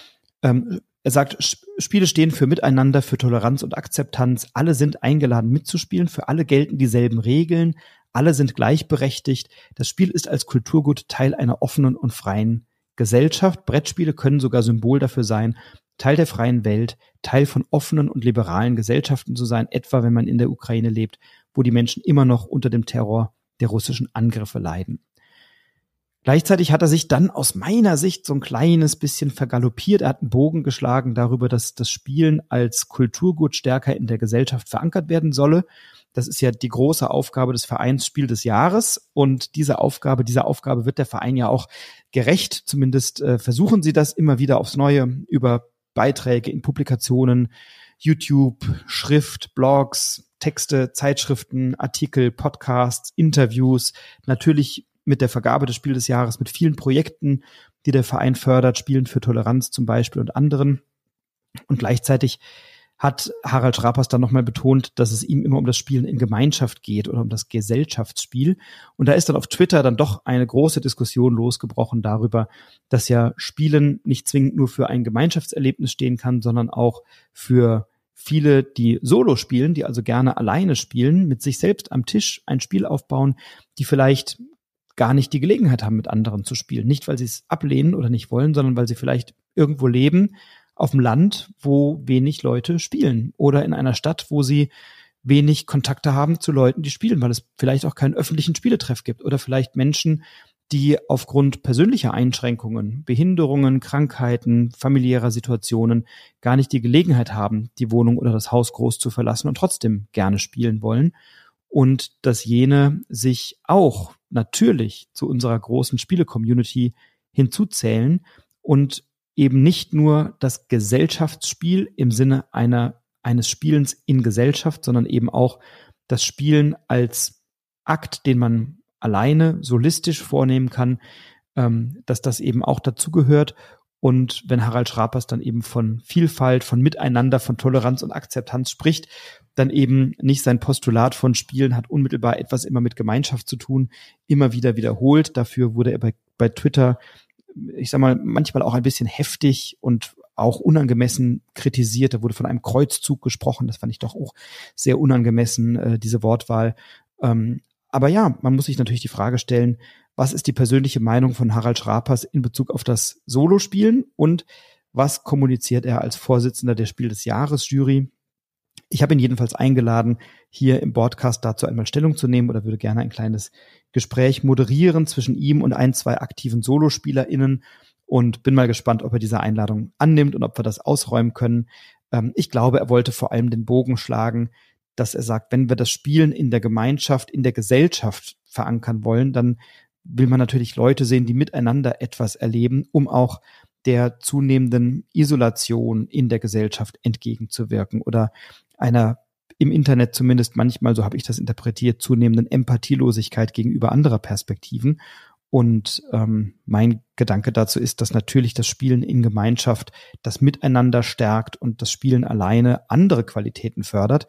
ähm, er sagt, Spiele stehen für Miteinander, für Toleranz und Akzeptanz, alle sind eingeladen mitzuspielen, für alle gelten dieselben Regeln, alle sind gleichberechtigt, das Spiel ist als Kulturgut Teil einer offenen und freien Gesellschaft, Brettspiele können sogar Symbol dafür sein, Teil der freien Welt, Teil von offenen und liberalen Gesellschaften zu sein, etwa wenn man in der Ukraine lebt, wo die Menschen immer noch unter dem Terror der russischen Angriffe leiden. Gleichzeitig hat er sich dann aus meiner Sicht so ein kleines bisschen vergaloppiert. Er hat einen Bogen geschlagen darüber, dass das Spielen als Kulturgut stärker in der Gesellschaft verankert werden solle. Das ist ja die große Aufgabe des Vereins Spiel des Jahres. Und diese Aufgabe, dieser Aufgabe wird der Verein ja auch gerecht. Zumindest äh, versuchen sie das immer wieder aufs Neue über Beiträge in Publikationen, YouTube, Schrift, Blogs, Texte, Zeitschriften, Artikel, Podcasts, Interviews, natürlich mit der Vergabe des Spiel des Jahres, mit vielen Projekten, die der Verein fördert, Spielen für Toleranz zum Beispiel und anderen. Und gleichzeitig hat Harald Schrapers dann nochmal betont, dass es ihm immer um das Spielen in Gemeinschaft geht oder um das Gesellschaftsspiel. Und da ist dann auf Twitter dann doch eine große Diskussion losgebrochen darüber, dass ja Spielen nicht zwingend nur für ein Gemeinschaftserlebnis stehen kann, sondern auch für viele, die Solo spielen, die also gerne alleine spielen, mit sich selbst am Tisch ein Spiel aufbauen, die vielleicht gar nicht die Gelegenheit haben, mit anderen zu spielen. Nicht, weil sie es ablehnen oder nicht wollen, sondern weil sie vielleicht irgendwo leben, auf dem Land, wo wenig Leute spielen oder in einer Stadt, wo sie wenig Kontakte haben zu Leuten, die spielen, weil es vielleicht auch keinen öffentlichen Spieletreff gibt oder vielleicht Menschen, die aufgrund persönlicher Einschränkungen, Behinderungen, Krankheiten, familiärer Situationen gar nicht die Gelegenheit haben, die Wohnung oder das Haus groß zu verlassen und trotzdem gerne spielen wollen. Und dass jene sich auch natürlich zu unserer großen Spiele-Community hinzuzählen und eben nicht nur das Gesellschaftsspiel im Sinne einer eines Spielens in Gesellschaft, sondern eben auch das Spielen als Akt, den man alleine solistisch vornehmen kann, ähm, dass das eben auch dazugehört. Und wenn Harald Schrapers dann eben von Vielfalt, von Miteinander, von Toleranz und Akzeptanz spricht, dann eben nicht sein Postulat von Spielen hat unmittelbar etwas immer mit Gemeinschaft zu tun, immer wieder wiederholt. Dafür wurde er bei, bei Twitter, ich sag mal, manchmal auch ein bisschen heftig und auch unangemessen kritisiert. Da wurde von einem Kreuzzug gesprochen. Das fand ich doch auch sehr unangemessen, äh, diese Wortwahl. Ähm, aber ja, man muss sich natürlich die Frage stellen, was ist die persönliche Meinung von Harald Schrapers in Bezug auf das Solospielen und was kommuniziert er als Vorsitzender der Spiel des Jahres Jury? Ich habe ihn jedenfalls eingeladen, hier im Podcast dazu einmal Stellung zu nehmen oder würde gerne ein kleines Gespräch moderieren zwischen ihm und ein, zwei aktiven SolospielerInnen und bin mal gespannt, ob er diese Einladung annimmt und ob wir das ausräumen können. Ähm, ich glaube, er wollte vor allem den Bogen schlagen, dass er sagt, wenn wir das Spielen in der Gemeinschaft, in der Gesellschaft verankern wollen, dann will man natürlich Leute sehen, die miteinander etwas erleben, um auch der zunehmenden Isolation in der Gesellschaft entgegenzuwirken oder einer im Internet zumindest manchmal, so habe ich das interpretiert, zunehmenden Empathielosigkeit gegenüber anderer Perspektiven. Und ähm, mein Gedanke dazu ist, dass natürlich das Spielen in Gemeinschaft das Miteinander stärkt und das Spielen alleine andere Qualitäten fördert.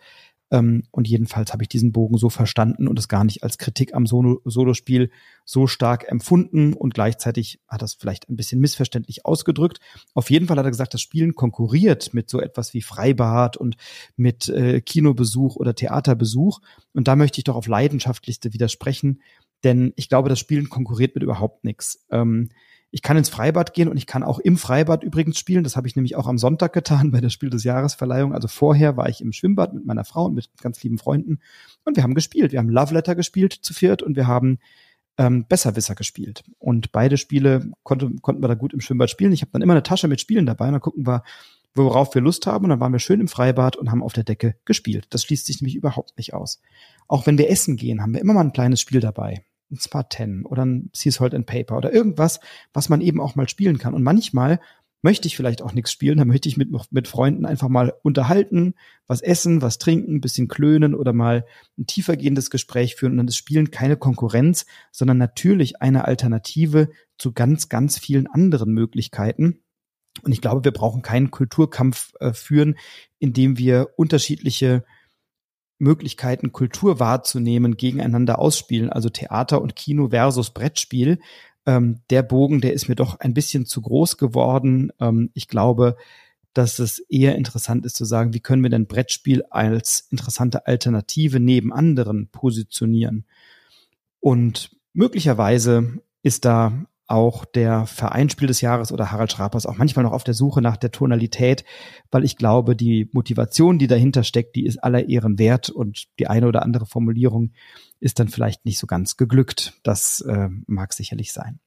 Ähm, und jedenfalls habe ich diesen Bogen so verstanden und es gar nicht als Kritik am Solo- Solospiel so stark empfunden und gleichzeitig hat das vielleicht ein bisschen missverständlich ausgedrückt. Auf jeden Fall hat er gesagt, das Spielen konkurriert mit so etwas wie Freibad und mit äh, Kinobesuch oder Theaterbesuch. Und da möchte ich doch auf leidenschaftlichste widersprechen, denn ich glaube, das Spielen konkurriert mit überhaupt nichts. Ähm, Ich kann ins Freibad gehen und ich kann auch im Freibad übrigens spielen. Das habe ich nämlich auch am Sonntag getan bei der Spiel des Jahresverleihung. Also vorher war ich im Schwimmbad mit meiner Frau und mit ganz lieben Freunden und wir haben gespielt. Wir haben Love Letter gespielt zu viert und wir haben ähm, Besserwisser gespielt. Und beide Spiele konnte, konnten wir da gut im Schwimmbad spielen. Ich habe dann immer eine Tasche mit Spielen dabei und dann gucken wir, worauf wir Lust haben. Und dann waren wir schön im Freibad und haben auf der Decke gespielt. Das schließt sich nämlich überhaupt nicht aus. Auch wenn wir essen gehen, haben wir immer mal ein kleines Spiel dabei. Ein Spartan oder ein Sea Salt and Paper oder irgendwas, was man eben auch mal spielen kann. Und manchmal möchte ich vielleicht auch nichts spielen, dann möchte ich mit, mit Freunden einfach mal unterhalten, was essen, was trinken, ein bisschen klönen oder mal ein tiefergehendes Gespräch führen. Und dann ist Spielen keine Konkurrenz, sondern natürlich eine Alternative zu ganz, ganz vielen anderen Möglichkeiten. Und ich glaube, wir brauchen keinen Kulturkampf äh, führen, indem wir unterschiedliche Möglichkeiten, Kultur wahrzunehmen, gegeneinander ausspielen, also Theater und Kino versus Brettspiel. Ähm, der Bogen, der ist mir doch ein bisschen zu groß geworden. Ähm, ich glaube, dass es eher interessant ist zu sagen, wie können wir denn Brettspiel als interessante Alternative neben anderen positionieren? Und möglicherweise ist da auch der Verein Spiel des Jahres oder Harald Schrapers auch manchmal noch auf der Suche nach der Tonalität, weil ich glaube, die Motivation, die dahinter steckt, die ist aller Ehren wert und die eine oder andere Formulierung ist dann vielleicht nicht so ganz geglückt. Das äh, mag sicherlich sein.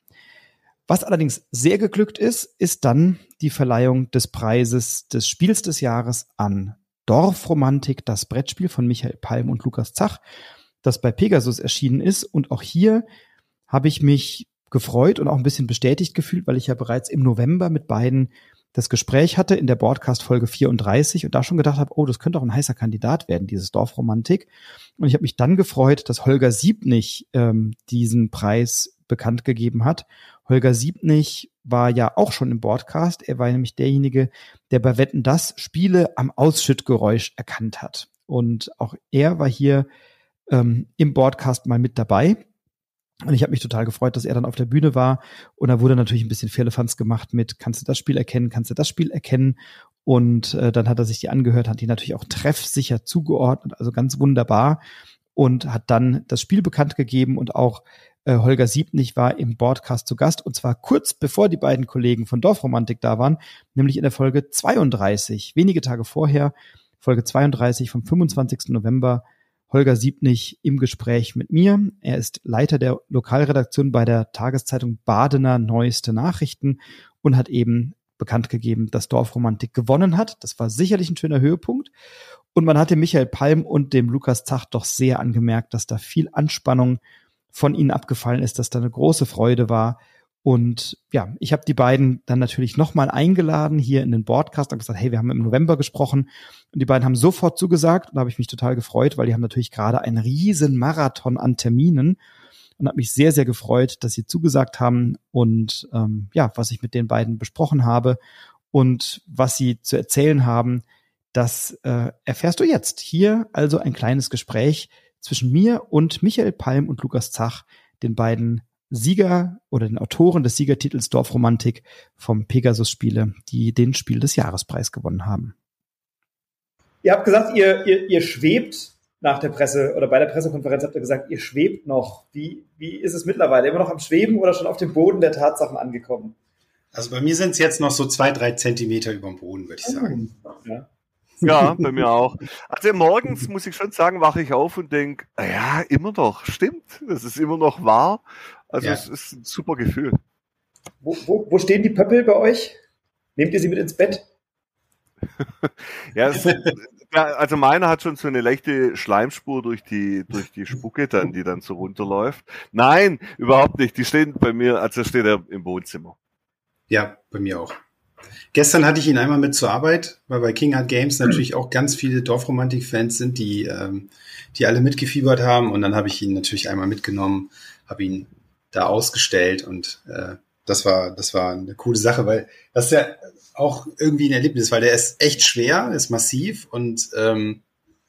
Was allerdings sehr geglückt ist, ist dann die Verleihung des Preises des Spiels des Jahres an Dorfromantik, das Brettspiel von Michael Palm und Lukas Zach, das bei Pegasus erschienen ist. Und auch hier habe ich mich gefreut und auch ein bisschen bestätigt gefühlt, weil ich ja bereits im November mit beiden das Gespräch hatte in der Broadcast-Folge vierunddreißig und da schon gedacht habe, oh, das könnte auch ein heißer Kandidat werden, dieses Dorfromantik. Und ich habe mich dann gefreut, dass Holger Siebnig ähm, diesen Preis bekannt gegeben hat. Holger Siebnig war ja auch schon im Broadcast. Er war nämlich derjenige, der bei Wetten, dass Spiele am Ausschüttgeräusch erkannt hat. Und auch er war hier ähm, im Broadcast mal mit dabei. Und ich habe mich total gefreut, dass er dann auf der Bühne war. Und da wurde natürlich ein bisschen Firlefanz gemacht mit, kannst du das Spiel erkennen, kannst du das Spiel erkennen? Und äh, dann hat er sich die angehört, hat die natürlich auch treffsicher zugeordnet, also ganz wunderbar. Und hat dann das Spiel bekannt gegeben und auch äh, Holger Siebnig war im Broadcast zu Gast. Und zwar kurz bevor die beiden Kollegen von Dorfromantik da waren, nämlich in der Folge zweiunddreißig, wenige Tage vorher, Folge zweiunddreißig vom fünfundzwanzigsten November, Holger Siebnig im Gespräch mit mir. Er ist Leiter der Lokalredaktion bei der Tageszeitung Badener Neueste Nachrichten und hat eben bekannt gegeben, dass Dorfromantik gewonnen hat. Das war sicherlich ein schöner Höhepunkt. Und man hat dem Michael Palm und dem Lukas Zach doch sehr angemerkt, dass da viel Anspannung von ihnen abgefallen ist, dass da eine große Freude war. Und ja, ich habe die beiden dann natürlich nochmal eingeladen hier in den Broadcast und gesagt, hey, wir haben im November gesprochen und die beiden haben sofort zugesagt und da habe ich mich total gefreut, weil die haben natürlich gerade einen riesen Marathon an Terminen und habe mich sehr, sehr gefreut, dass sie zugesagt haben und ähm, ja, was ich mit den beiden besprochen habe und was sie zu erzählen haben, das äh, erfährst du jetzt. Hier also ein kleines Gespräch zwischen mir und Michael Palm und Lukas Zach, den beiden Sieger oder den Autoren des Siegertitels Dorfromantik vom Pegasus-Spiele, die den Spiel des Jahrespreis gewonnen haben. Ihr habt gesagt, ihr, ihr, ihr schwebt nach der Presse oder bei der Pressekonferenz habt ihr gesagt, ihr schwebt noch. Wie, wie ist es mittlerweile? Immer noch am Schweben oder schon auf dem Boden der Tatsachen angekommen? Also bei mir sind es jetzt noch so zwei, drei Zentimeter über dem Boden, würde ich sagen. Ja. Ja, bei mir auch. Also morgens muss ich schon sagen, wache ich auf und denke, ja, immer noch, stimmt, es ist immer noch wahr. Also ja. Es ist ein super Gefühl. Wo, wo, wo stehen die Pöppel bei euch? Nehmt ihr sie mit ins Bett? ja, es, ja, also meiner hat schon so eine leichte Schleimspur durch die durch die Spucke dann, die dann so runterläuft. Nein, überhaupt nicht. Die stehen bei mir, also steht er im Wohnzimmer. Ja, bei mir auch. Gestern hatte ich ihn einmal mit zur Arbeit, weil bei King Art Games natürlich auch ganz viele Dorfromantik-Fans sind, die ähm, die alle mitgefiebert haben. Und dann habe ich ihn natürlich einmal mitgenommen, habe ihn da ausgestellt und äh, das war das war eine coole Sache, weil das ist ja auch irgendwie ein Erlebnis, weil der ist echt schwer, ist massiv und ähm,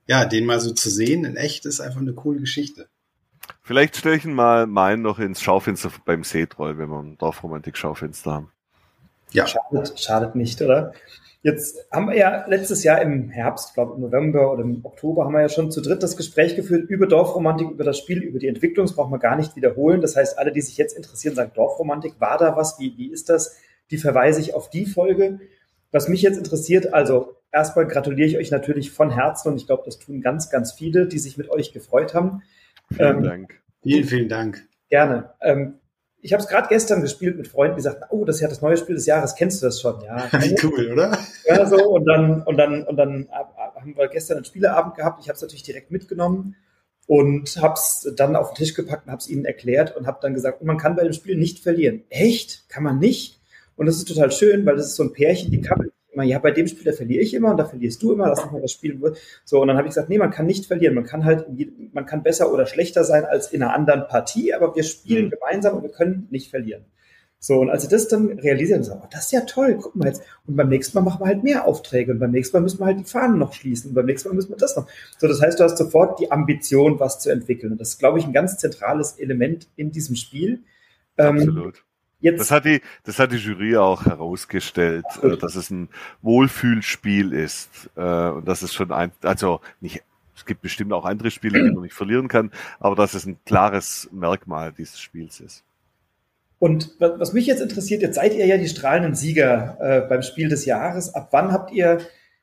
ja, den mal so zu sehen in echt ist einfach eine coole Geschichte. Vielleicht stelle ich ihn mal meinen noch ins Schaufenster beim Seetroll, wenn wir ein Dorfromantik-Schaufenster haben. Ja. Schadet, schadet nicht, oder? Jetzt haben wir ja letztes Jahr im Herbst, glaube im November oder im Oktober, haben wir ja schon zu dritt das Gespräch geführt über Dorfromantik, über das Spiel, über die Entwicklung. Das brauchen wir gar nicht wiederholen. Das heißt, alle, die sich jetzt interessieren, sagen Dorfromantik. War da was? Wie, wie ist das? Die verweise ich auf die Folge. Was mich jetzt interessiert, also erstmal gratuliere ich euch natürlich von Herzen und ich glaube, das tun ganz, ganz viele, die sich mit euch gefreut haben. Vielen ähm, Dank. Vielen, vielen Dank. Gerne. Ähm, ich habe es gerade gestern gespielt mit Freunden, die sagten, oh, das ist ja das neue Spiel des Jahres, kennst du das schon? Ja, wie cool, oder? Ja, so, und dann, und dann, und dann haben wir gestern einen Spieleabend gehabt. Ich habe es natürlich direkt mitgenommen und habe es dann auf den Tisch gepackt und habe es ihnen erklärt und habe dann gesagt, man kann bei dem Spiel nicht verlieren. Echt? Kann man nicht? Und das ist total schön, weil das ist so ein Pärchen, die kappeln immer, ja, bei dem Spiel, da verliere ich immer und da verlierst du immer, lass uns mal das Spiel. So, und dann habe ich gesagt, nee, man kann nicht verlieren. Man kann halt, man kann besser oder schlechter sein als in einer anderen Partie, aber wir spielen mhm. gemeinsam und wir können nicht verlieren. So, und als ich das dann realisiert habe, so, oh, das ist ja toll, guck mal jetzt. Und beim nächsten Mal machen wir halt mehr Aufträge und beim nächsten Mal müssen wir halt die Fahnen noch schließen und beim nächsten Mal müssen wir das noch. So, das heißt, du hast sofort die Ambition, was zu entwickeln. Und das ist, glaube ich, ein ganz zentrales Element in diesem Spiel. Absolut. Ähm, Jetzt, das hat die, das hat die Jury auch herausgestellt, äh, dass es ein Wohlfühlspiel ist, äh, und das ist schon ein, also nicht, es gibt bestimmt auch andere Spiele, die man nicht verlieren kann, aber dass es ein klares Merkmal dieses Spiels ist. Und was mich jetzt interessiert, jetzt seid ihr ja die strahlenden Sieger äh, beim Spiel des Jahres. Ab wann habt ihr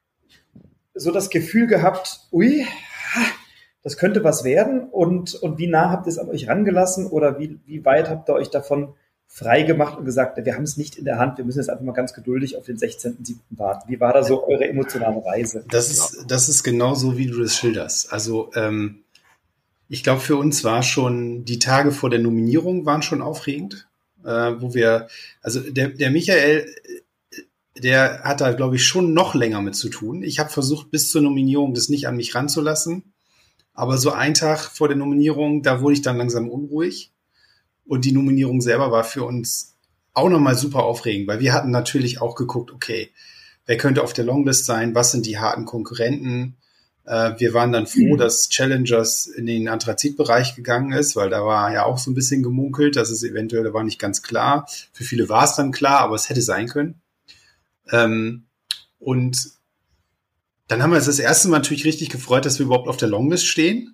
so das Gefühl gehabt, ui, das könnte was werden? Und, und wie nah habt ihr es an euch rangelassen oder wie, wie weit habt ihr euch davon frei gemacht und gesagt, wir haben es nicht in der Hand, wir müssen jetzt einfach mal ganz geduldig auf den sechzehnten siebten warten. Wie war da so eure emotionale Reise? Das ist, das ist genau so, wie du das schilderst. Also ähm, ich glaube, für uns war schon, die Tage vor der Nominierung waren schon aufregend, äh, wo wir, also der, der Michael, der hat da, glaube ich, schon noch länger mit zu tun. Ich habe versucht, bis zur Nominierung das nicht an mich ranzulassen, aber so einen Tag vor der Nominierung, da wurde ich dann langsam unruhig. Und die Nominierung selber war für uns auch nochmal super aufregend, weil wir hatten natürlich auch geguckt, okay, wer könnte auf der Longlist sein, was sind die harten Konkurrenten. Äh, wir waren dann froh, mhm. dass Challengers in den Anthrazit-Bereich gegangen ist, weil da war ja auch so ein bisschen gemunkelt, dass es eventuell, da war nicht ganz klar. Für viele war es dann klar, aber es hätte sein können. Ähm, und dann haben wir uns das erste Mal natürlich richtig gefreut, dass wir überhaupt auf der Longlist stehen.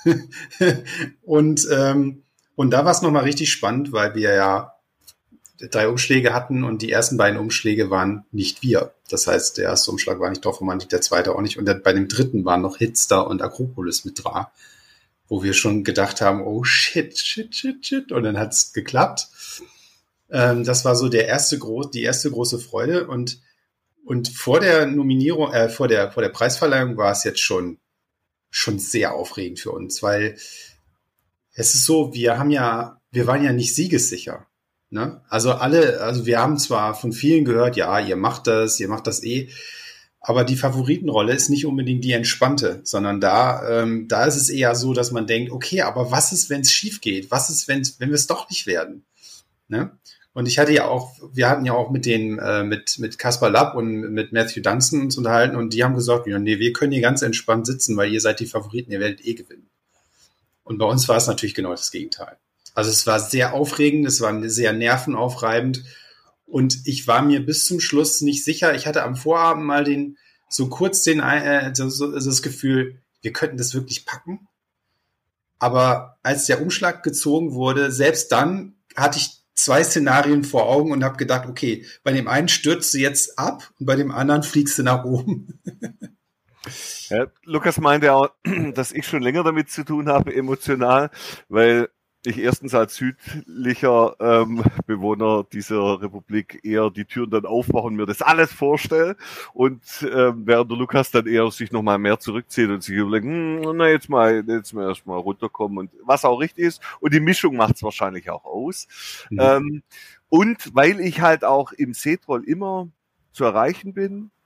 und ähm, Und da war es nochmal richtig spannend, weil wir ja drei Umschläge hatten und die ersten beiden Umschläge waren nicht wir. Das heißt, der erste Umschlag war nicht Dorfromantik, der zweite auch nicht. Und bei dem dritten waren noch Hitster und Akropolis mit dran, wo wir schon gedacht haben, oh shit, shit, shit, shit. Und dann hat es geklappt. Ähm, das war so der erste gro- die erste große Freude. Und, und vor der Nominierung, äh, vor der, vor der Preisverleihung war es jetzt schon, schon sehr aufregend für uns, weil es ist so, wir haben ja, wir waren ja nicht siegessicher. Ne? Also alle, also wir haben zwar von vielen gehört, ja, ihr macht das, ihr macht das eh, aber die Favoritenrolle ist nicht unbedingt die entspannte, sondern da, ähm, da ist es eher so, dass man denkt, okay, aber was ist, wenn es schief geht? Was ist, wenn's, wenn wir es doch nicht werden? Ne? Und ich hatte ja auch, wir hatten ja auch mit den, äh, mit mit Kaspar Lapp und mit Matthew Dunstan uns unterhalten und die haben gesagt, ja, nee, wir können hier ganz entspannt sitzen, weil ihr seid die Favoriten, ihr werdet eh gewinnen. Und bei uns war es natürlich genau das Gegenteil. Also es war sehr aufregend, es war sehr nervenaufreibend und ich war mir bis zum Schluss nicht sicher. Ich hatte am Vorabend mal den, so kurz den, äh, so, so, das Gefühl, wir könnten das wirklich packen. Aber als der Umschlag gezogen wurde, selbst dann hatte ich zwei Szenarien vor Augen und habe gedacht, okay, bei dem einen stürzt du jetzt ab und bei dem anderen fliegst du nach oben. Ja, Lukas meinte auch, dass ich schon länger damit zu tun habe, emotional, weil ich erstens als südlicher ähm, Bewohner dieser Republik eher die Türen dann aufmache und mir das alles vorstelle und ähm, während der Lukas dann eher sich nochmal mehr zurückzieht und sich überlegt, hm, na jetzt mal, jetzt mal erstmal runterkommen und was auch richtig ist und die Mischung macht es wahrscheinlich auch aus. Mhm. Ähm, und weil ich halt auch im Seetroll immer zu erreichen bin,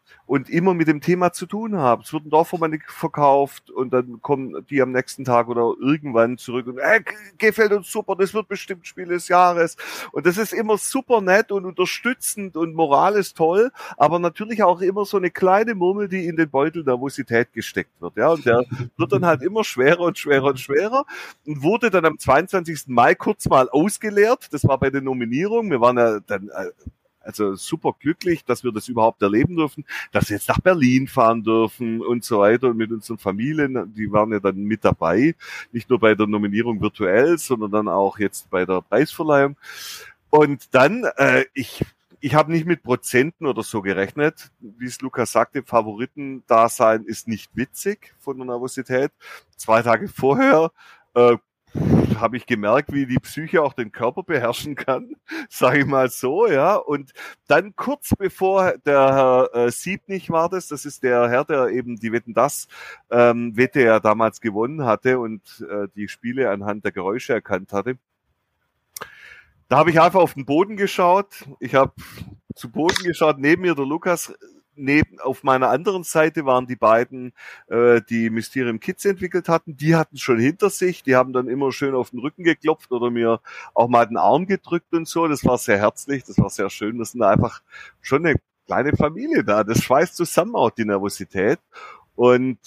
und immer mit dem Thema zu tun haben. Es wird ein Dorfromantik verkauft und dann kommen die am nächsten Tag oder irgendwann zurück und äh, gefällt uns super, das wird bestimmt Spiel des Jahres. Und das ist immer super nett und unterstützend und Moral ist toll, aber natürlich auch immer so eine kleine Murmel, die in den Beutel Nervosität gesteckt wird. Ja, und der wird dann halt immer schwerer und schwerer und schwerer und wurde dann am zweiundzwanzigsten Mai kurz mal ausgeleert. Das war bei der Nominierung. Wir waren ja dann äh, also super glücklich, dass wir das überhaupt erleben dürfen, dass wir jetzt nach Berlin fahren dürfen und so weiter und mit unseren Familien, die waren ja dann mit dabei, nicht nur bei der Nominierung virtuell, sondern dann auch jetzt bei der Preisverleihung. Und dann, äh, ich ich habe nicht mit Prozenten oder so gerechnet, wie es Lukas sagte, Favoritendasein ist nicht witzig von der Nervosität. Zwei Tage vorher äh, habe ich gemerkt, wie die Psyche auch den Körper beherrschen kann, sage ich mal so, ja. Und dann kurz bevor der Herr äh, Siebnig war das, das ist der Herr, der eben die Wetten, das ähm, Wette ja damals gewonnen hatte und äh, die Spiele anhand der Geräusche erkannt hatte. Da habe ich einfach auf den Boden geschaut. Ich habe zu Boden geschaut, neben mir der Lukas. Neben, auf meiner anderen Seite waren die beiden, äh, die Mysterium Kids entwickelt hatten. Die hatten schon hinter sich. Die haben dann immer schön auf den Rücken geklopft oder mir auch mal den Arm gedrückt und so. Das war sehr herzlich, das war sehr schön. Das sind einfach schon eine kleine Familie da. Das schweißt zusammen auch die Nervosität. Und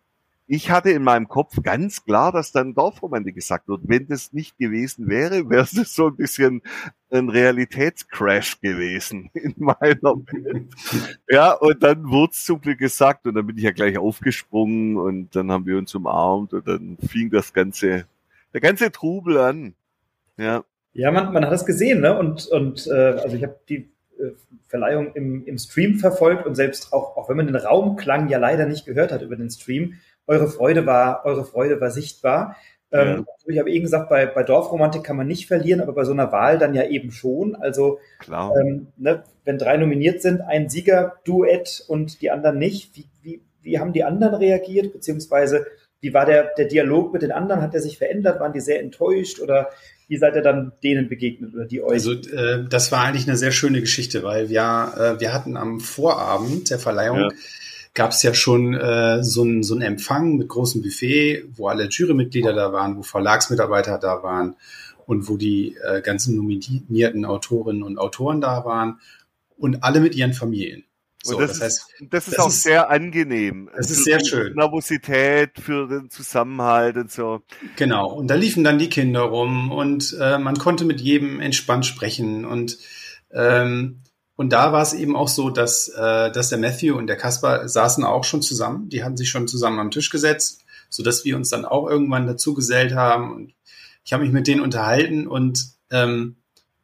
ich hatte in meinem Kopf ganz klar, dass dann Dorfromantik gesagt wird. Wenn das nicht gewesen wäre, wäre es so ein bisschen ein Realitätscrash gewesen in meiner Welt. Ja, und dann wurde es zum Glück gesagt und dann bin ich ja gleich aufgesprungen und dann haben wir uns umarmt und dann fing das ganze, der ganze Trubel an. Ja, ja, man, man hat es gesehen, ne? Und, und äh, also ich habe die äh, Verleihung im, im Stream verfolgt und selbst auch, auch wenn man den Raumklang ja leider nicht gehört hat über den Stream, eure Freude war, eure Freude war sichtbar. Ja. Ähm, ich habe eben gesagt, bei, bei Dorfromantik kann man nicht verlieren, aber bei so einer Wahl dann ja eben schon. Also klar. Ähm, ne, wenn drei nominiert sind, ein Sieger-Duett und die anderen nicht, wie, wie, wie haben die anderen reagiert, beziehungsweise wie war der, der Dialog mit den anderen? Hat der sich verändert? Waren die sehr enttäuscht oder wie seid ihr dann denen begegnet oder die euch? Also äh, das war eigentlich eine sehr schöne Geschichte, weil wir, äh, wir hatten am Vorabend der Verleihung ja. gab es ja schon äh, so einen so einen Empfang mit großem Buffet, wo alle Jurymitglieder da waren, wo Verlagsmitarbeiter da waren und wo die äh, ganzen nominierten Autorinnen und Autoren da waren und alle mit ihren Familien. So, das, das heißt, ist, das ist das auch ist, sehr angenehm. Das ist sehr schön. Nervosität, für den Zusammenhalt und so. Genau. Und da liefen dann die Kinder rum und äh, man konnte mit jedem entspannt sprechen und ähm, Und da war es eben auch so, dass, äh, dass der Matthew und der Kaspar saßen auch schon zusammen. Die hatten sich schon zusammen am Tisch gesetzt, sodass wir uns dann auch irgendwann dazu gesellt haben. Und ich habe mich mit denen unterhalten und ähm,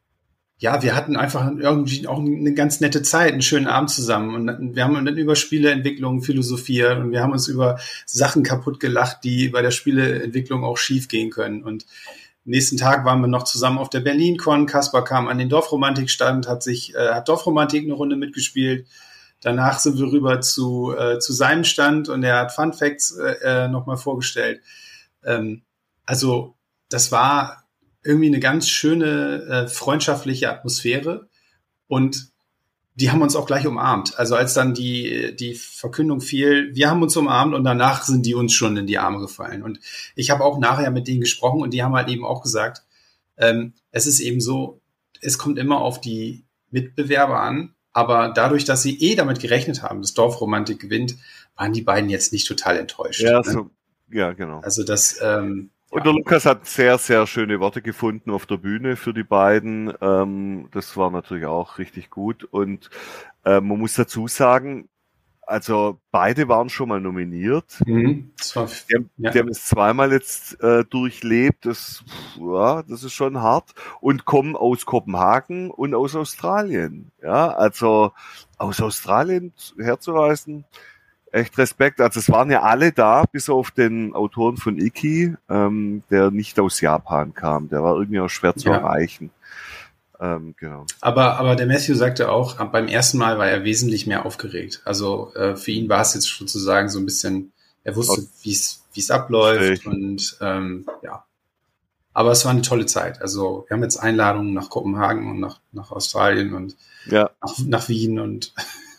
ja, wir hatten einfach irgendwie auch eine ganz nette Zeit, einen schönen Abend zusammen. Und wir haben dann über Spieleentwicklung philosophiert und wir haben uns über Sachen kaputt gelacht, die bei der Spieleentwicklung auch schief gehen können. Und nächsten Tag waren wir noch zusammen auf der BerlinCon. Kaspar kam an den Dorfromantik-Stand, hat sich, äh, hat Dorfromantik eine Runde mitgespielt. Danach sind wir rüber zu, äh, zu seinem Stand und er hat Fun Facts äh, nochmal vorgestellt. Ähm, also, das war irgendwie eine ganz schöne, äh, freundschaftliche Atmosphäre und die haben uns auch gleich umarmt. Also als dann die, die Verkündung fiel, wir haben uns umarmt und danach sind die uns schon in die Arme gefallen. Und ich habe auch nachher mit denen gesprochen und die haben halt eben auch gesagt, ähm, es ist eben so, es kommt immer auf die Mitbewerber an, aber dadurch, dass sie eh damit gerechnet haben, dass Dorfromantik gewinnt, waren die beiden jetzt nicht total enttäuscht. Ja, ne? so, ja genau. Also das... Ähm, Und der Lukas hat sehr, sehr schöne Worte gefunden auf der Bühne für die beiden. Ähm, das war natürlich auch richtig gut. Und äh, man muss dazu sagen, also beide waren schon mal nominiert. Mhm, das war, die, haben, ja. die haben es zweimal jetzt äh, durchlebt. Das, ja, das ist schon hart. Und kommen aus Kopenhagen und aus Australien. Ja, also aus Australien herzureisen, echt Respekt. Also es waren ja alle da, bis auf den Autoren von Iki, ähm, der nicht aus Japan kam. Der war irgendwie auch schwer zu ja. erreichen. Ähm, genau. Aber, aber der Matthew sagte auch, beim ersten Mal war er wesentlich mehr aufgeregt. Also äh, für ihn war es jetzt sozusagen so ein bisschen, er wusste, wie es wie es abläuft und ähm, ja. Aber es war eine tolle Zeit. Also wir haben jetzt Einladungen nach Kopenhagen und nach, nach Australien und ja. nach, nach Wien und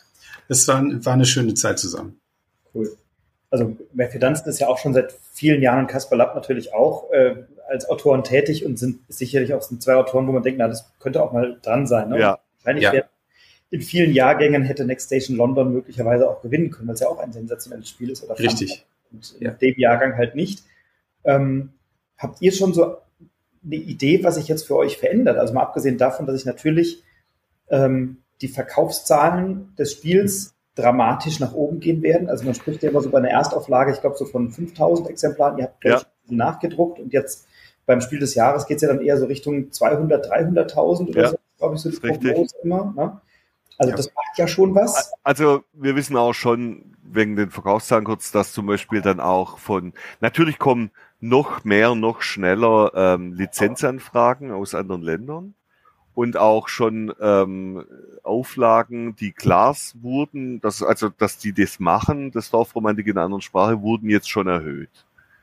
es war, war eine schöne Zeit zusammen. Cool. Also Matthew Dunstan ist ja auch schon seit vielen Jahren und Kaspar Lapp natürlich auch äh, als Autoren tätig und sind sicherlich auch sind zwei Autoren, wo man denkt, na, das könnte auch mal dran sein. Ne? Ja. Wahrscheinlich ja. wäre in vielen Jahrgängen hätte Next Station London möglicherweise auch gewinnen können, weil es ja auch ein sensationelles Spiel ist. Oder Richtig. Und ja. in dem Jahrgang halt nicht. Ähm, habt ihr schon so eine Idee, was sich jetzt für euch verändert? Also mal abgesehen davon, dass sich natürlich ähm, die Verkaufszahlen des Spiels dramatisch nach oben gehen werden. Also man spricht ja immer so bei einer Erstauflage, ich glaube so von fünftausend Exemplaren. Ihr habt ja. nachgedruckt und jetzt beim Spiel des Jahres geht es ja dann eher so Richtung zweihundert, dreihunderttausend oder ja. so, glaube ich, so die Prognose immer. Ne? Also ja. das macht ja schon was. Also wir wissen auch schon wegen den Verkaufszahlen kurz, dass zum Beispiel dann auch von, natürlich kommen noch mehr, noch schneller ähm, Lizenzanfragen aus anderen Ländern. Und auch schon ähm, Auflagen, die klar wurden, dass, also dass die das machen, das Dorfromantik in einer anderen Sprache, wurden jetzt schon erhöht.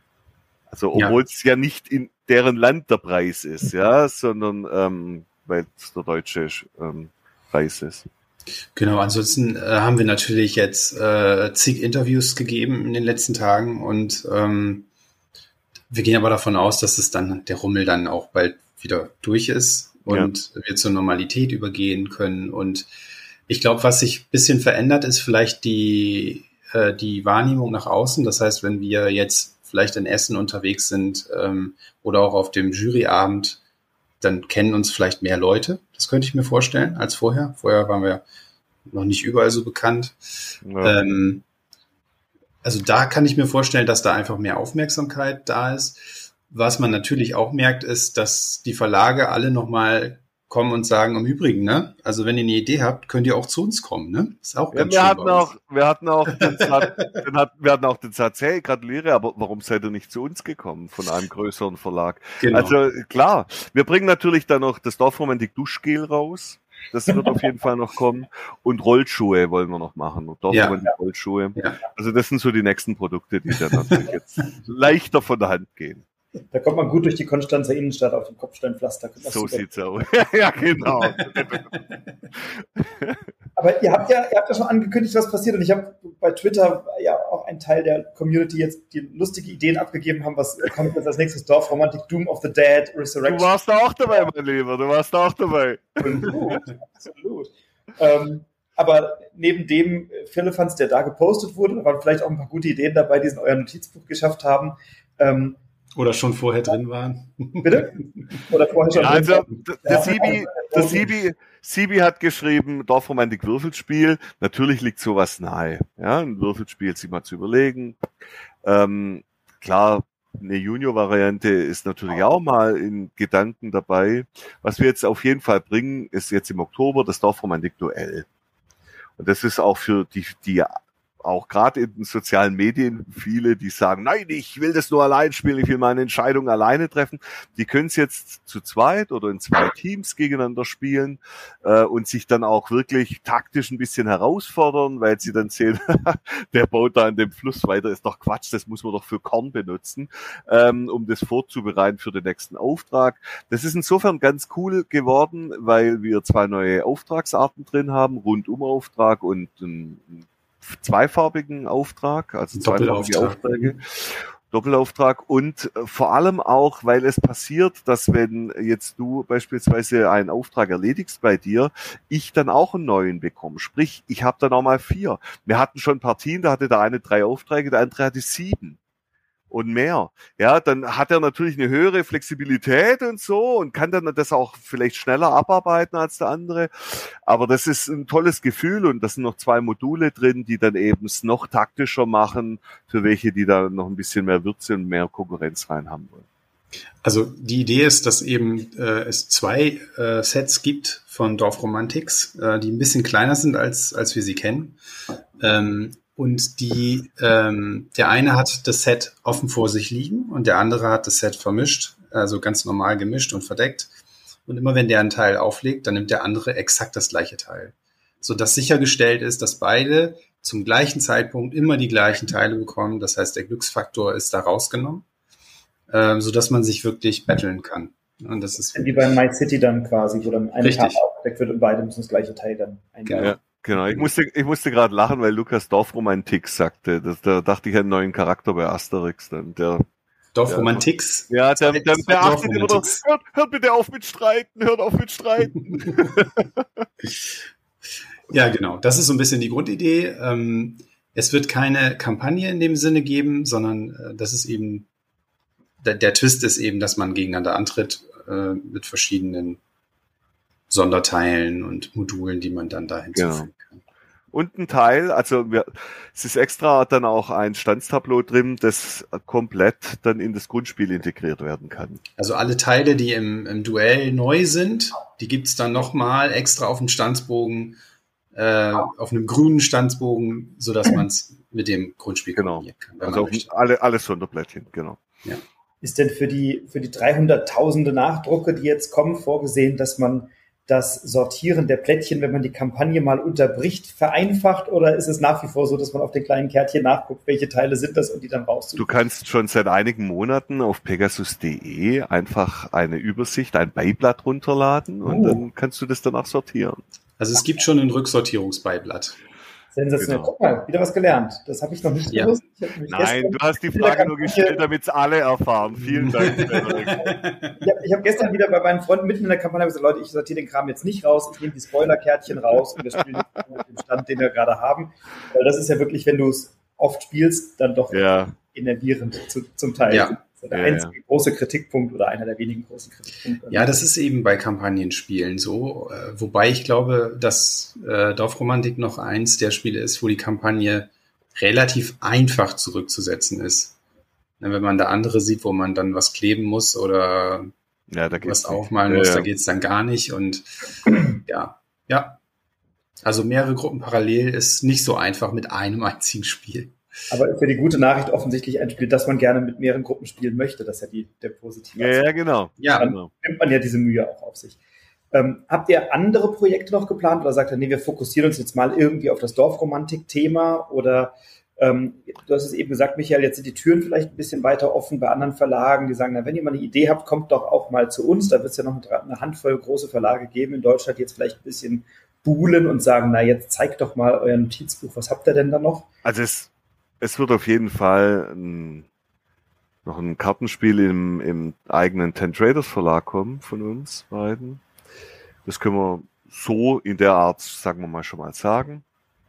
Also obwohl es ja. ja nicht in deren Land der Preis ist, ja, sondern ähm, weil es der deutsche ähm, Preis ist. Genau, ansonsten äh, haben wir natürlich jetzt äh, zig Interviews gegeben in den letzten Tagen und ähm, wir gehen aber davon aus, dass es dann der Rummel dann auch bald wieder durch ist. Und ja. wir zur Normalität übergehen können. Und ich glaube, was sich ein bisschen verändert, ist vielleicht die, äh, die Wahrnehmung nach außen. Das heißt, wenn wir jetzt vielleicht in Essen unterwegs sind ähm, oder auch auf dem Juryabend, dann kennen uns vielleicht mehr Leute. Das könnte ich mir vorstellen als vorher. Vorher waren wir noch nicht überall so bekannt. Ja. Ähm, also da kann ich mir vorstellen, dass da einfach mehr Aufmerksamkeit da ist. Was man natürlich auch merkt, ist, dass die Verlage alle nochmal kommen und sagen, im Übrigen, ne? Also wenn ihr eine Idee habt, könnt ihr auch zu uns kommen, ne? Ist auch ja, ganz wir schön. Hatten auch, wir hatten auch den Satz, den hat, wir hatten auch den Satz, hey, gratuliere, aber warum seid ihr nicht zu uns gekommen von einem größeren Verlag? Genau. Also klar, wir bringen natürlich dann noch das Dorfromantik Duschgel raus. Das wird auf jeden Fall noch kommen. Und Rollschuhe wollen wir noch machen. Dorfromantik ja. Rollschuhe. Ja. Also das sind so die nächsten Produkte, die dann natürlich jetzt leichter von der Hand gehen. Da kommt man gut durch die Konstanzer Innenstadt auf dem Kopfsteinpflaster. So sieht's aus. Ja, genau. Aber ihr habt ja, ihr habt ja schon angekündigt, was passiert. Und ich habe bei Twitter ja auch einen Teil der Community jetzt die lustige Ideen abgegeben haben, was kommt jetzt als nächstes Dorfromantik, Doom of the Dead, Resurrection. Du warst da auch dabei, mein Lieber. Du warst da auch dabei. Absolut. Absolut. Ähm, aber neben dem Firlefanz, der da gepostet wurde, da waren vielleicht auch ein paar gute Ideen dabei, die es in euer Notizbuch geschafft haben. Ähm, Oder schon vorher drin waren. Bitte? Oder vorher schon ja, drin also, waren. Der Sibi, der Sibi, Sibi hat geschrieben, Dorfromantik Würfelspiel. Natürlich liegt sowas nahe. Ja, ein Würfelspiel sich mal zu überlegen. Ähm, klar, eine Junior-Variante ist natürlich auch mal in Gedanken dabei. Was wir jetzt auf jeden Fall bringen, ist jetzt im Oktober das Dorfromantik Duell. Und das ist auch für die, die auch gerade in den sozialen Medien viele, die sagen, nein, ich will das nur allein spielen, ich will meine Entscheidung alleine treffen. Die können es jetzt zu zweit oder in zwei Teams gegeneinander spielen äh, und sich dann auch wirklich taktisch ein bisschen herausfordern, weil sie dann sehen, der baut da in dem Fluss weiter, ist doch Quatsch, das muss man doch für Korn benutzen, ähm, um das vorzubereiten für den nächsten Auftrag. Das ist insofern ganz cool geworden, weil wir zwei neue Auftragsarten drin haben, Rundumauftrag und ein zweifarbigen Auftrag, also zweifarbige Aufträge, Doppelauftrag und vor allem auch, weil es passiert, dass wenn jetzt du beispielsweise einen Auftrag erledigst bei dir, ich dann auch einen neuen bekomme. Sprich, ich habe dann auch mal vier. Wir hatten schon Partien, da hatte der eine drei Aufträge, der andere hatte sieben. Und mehr. Ja, dann hat er natürlich eine höhere Flexibilität und so und kann dann das auch vielleicht schneller abarbeiten als der andere. Aber das ist ein tolles Gefühl und da sind noch zwei Module drin, die dann eben es noch taktischer machen, für welche, die da noch ein bisschen mehr Würze und mehr Konkurrenz rein haben wollen. Also die Idee ist, dass eben äh, es zwei äh, Sets gibt von Dorfromantics, äh, die ein bisschen kleiner sind, als als wir sie kennen. Ähm, Und die, ähm, der eine hat das Set offen vor sich liegen und der andere hat das Set vermischt, also ganz normal gemischt und verdeckt. Und immer wenn der einen Teil auflegt, dann nimmt der andere exakt das gleiche Teil. Sodass sichergestellt ist, dass beide zum gleichen Zeitpunkt immer die gleichen Teile bekommen. Das heißt, der Glücksfaktor ist da rausgenommen, ähm, sodass man sich wirklich battlen kann. Und das ist wie bei My City dann quasi, wo dann eine Karte aufgedeckt wird und beide müssen das gleiche Teil dann einbauen. Ja. Genau, ich musste, ich musste gerade lachen, weil Lukas Dorfromantik sagte. Das, da dachte ich an einen neuen Charakter bei Asterix. Dann, der, Dorfromantix? Ja, der, der, der, der achtet immer noch, hört, hört bitte auf mit Streiten, hört auf mit Streiten. Ja, genau. Das ist so ein bisschen die Grundidee. Ähm, es wird keine Kampagne in dem Sinne geben, sondern äh, das ist eben, der, der Twist ist eben, dass man gegeneinander antritt äh, mit verschiedenen Sonderteilen und Modulen, die man dann da hinzufügen Genau. kann. Und ein Teil, also wir, es ist extra dann auch ein Standstableau drin, das komplett dann in das Grundspiel integriert werden kann. Also alle Teile, die im, im Duell neu sind, die gibt's dann nochmal extra auf dem Standsbogen, äh, auf einem grünen Standsbogen, sodass man es mit dem Grundspiel Genau. kombinieren kann. Also auf alle, alle Sonderblättchen, genau. Ja. Ist denn für die, für die dreihunderttausende Nachdrucke, die jetzt kommen, vorgesehen, dass man das Sortieren der Plättchen, wenn man die Kampagne mal unterbricht, vereinfacht, oder ist es nach wie vor so, dass man auf den kleinen Kärtchen nachguckt, welche Teile sind das und die dann raussucht? Du kannst schon seit einigen Monaten auf pegasus punkt de einfach eine Übersicht, ein Beiblatt runterladen und Oh. dann kannst du das danach sortieren. Also es gibt schon ein Rücksortierungsbeiblatt. Sensationell. Genau. Guck mal, wieder was gelernt. Das habe ich noch nicht Ja. gewusst. Ich hab mich Nein, gestern- du hast die in der Frage nur Kampagne- gestellt, damit es alle erfahren. Vielen Dank, Frederik. Ich habe hab gestern wieder bei meinen Freunden mitten in der Kampagne gesagt, Leute, ich sortiere den Kram jetzt nicht raus, ich nehme die Spoiler-Kärtchen raus und wir spielen jetzt mit dem Stand, den wir gerade haben. Weil das ist ja wirklich, wenn du es oft spielst, dann doch Ja, enervierend zu, zum Teil. Ja. Das ist der Ja, einzige große Kritikpunkt oder einer der wenigen großen Kritikpunkte. Ja, das ist eben bei Kampagnenspielen so. Äh, wobei ich glaube, dass äh, Dorfromantik noch eins der Spiele ist, wo die Kampagne relativ einfach zurückzusetzen ist. Ne, wenn man da andere sieht, wo man dann was kleben muss oder ja, da geht's was nicht. aufmalen Ja, muss, ja. da geht's dann gar nicht. Und ja, ja. Also mehrere Gruppen parallel ist nicht so einfach mit einem einzigen Spiel. Aber für die gute Nachricht offensichtlich ein Spiel, das man gerne mit mehreren Gruppen spielen möchte. Das ist ja die, der positive Ja, ja, genau. Ja, Dann Genau. nimmt man ja diese Mühe auch auf sich. Ähm, habt ihr andere Projekte noch geplant oder sagt ihr, nee, wir fokussieren uns jetzt mal irgendwie auf das Dorfromantik-Thema oder ähm, du hast es eben gesagt, Michael, jetzt sind die Türen vielleicht ein bisschen weiter offen bei anderen Verlagen, die sagen, na, wenn ihr mal eine Idee habt, kommt doch auch mal zu uns. Da wird es ja noch eine Handvoll große Verlage geben in Deutschland, die jetzt vielleicht ein bisschen buhlen und sagen, na, jetzt zeigt doch mal euer Notizbuch. Was habt ihr denn da noch? Also es, es wird auf jeden Fall ein, noch ein Kartenspiel im, im eigenen Ten Traders Verlag kommen von uns beiden. Das können wir so in der Art, sagen wir mal, schon mal sagen.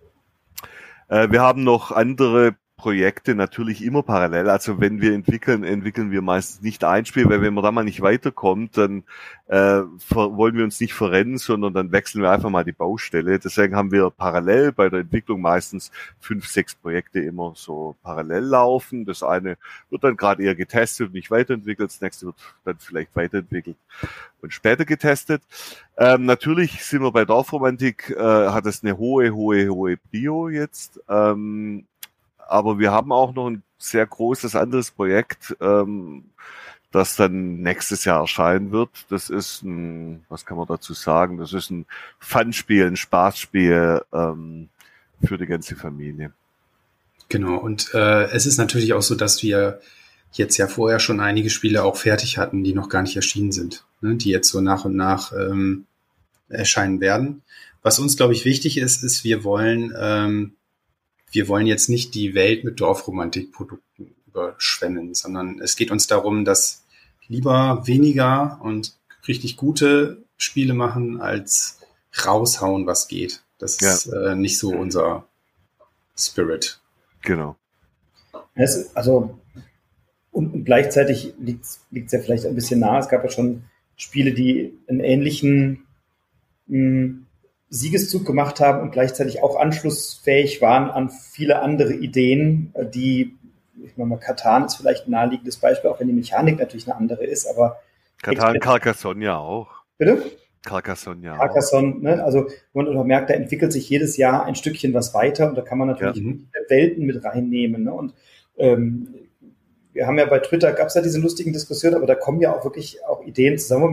Äh, wir haben noch andere Projekte natürlich immer parallel. Also wenn wir entwickeln, entwickeln wir meistens nicht ein Spiel, weil wenn man da mal nicht weiterkommt, dann äh, ver- wollen wir uns nicht verrennen, sondern dann wechseln wir einfach mal die Baustelle. Deswegen haben wir parallel bei der Entwicklung meistens fünf, sechs Projekte immer so parallel laufen. Das eine wird dann gerade eher getestet und nicht weiterentwickelt. Das nächste wird dann vielleicht weiterentwickelt und später getestet. Ähm, natürlich sind wir bei Dorfromantik, äh, hat es eine hohe, hohe, hohe Prio jetzt. Ähm, aber wir haben auch noch ein sehr großes anderes Projekt, ähm, das dann nächstes Jahr erscheinen wird. Das ist ein, was kann man dazu sagen? Das ist ein Fun-Spiel, ein Spaßspiel ähm, für die ganze Familie. Genau. Und äh, es ist natürlich auch so, dass wir jetzt ja vorher schon einige Spiele auch fertig hatten, die noch gar nicht erschienen sind, ne? Die jetzt so nach und nach ähm, erscheinen werden. Was uns, glaube ich, wichtig ist, ist, wir wollen ähm, wir wollen jetzt nicht die Welt mit Dorfromantikprodukten überschwemmen, sondern es geht uns darum, dass lieber weniger und richtig gute Spiele machen, als raushauen, was geht. Das Ja. ist äh, nicht so unser Spirit. Genau. Es ist, also, und, und gleichzeitig liegt es ja vielleicht ein bisschen nahe. Es gab ja schon Spiele, die einen ähnlichen mh, Siegeszug gemacht haben und gleichzeitig auch anschlussfähig waren an viele andere Ideen, die, ich meine mal, Catan ist vielleicht ein naheliegendes Beispiel, auch wenn die Mechanik natürlich eine andere ist, aber Catan, Carcassonne ja auch. bitte? Carcassonne ja auch. Carcassonne, ne? Also wo man merkt, da entwickelt sich jedes Jahr ein Stückchen was weiter und da kann man natürlich Ja. viele Welten mit reinnehmen. Ne? Und ähm, wir haben ja bei Twitter, gab es ja diese lustigen Diskussionen, aber da kommen ja auch wirklich auch Ideen zusammen, wo man denkt,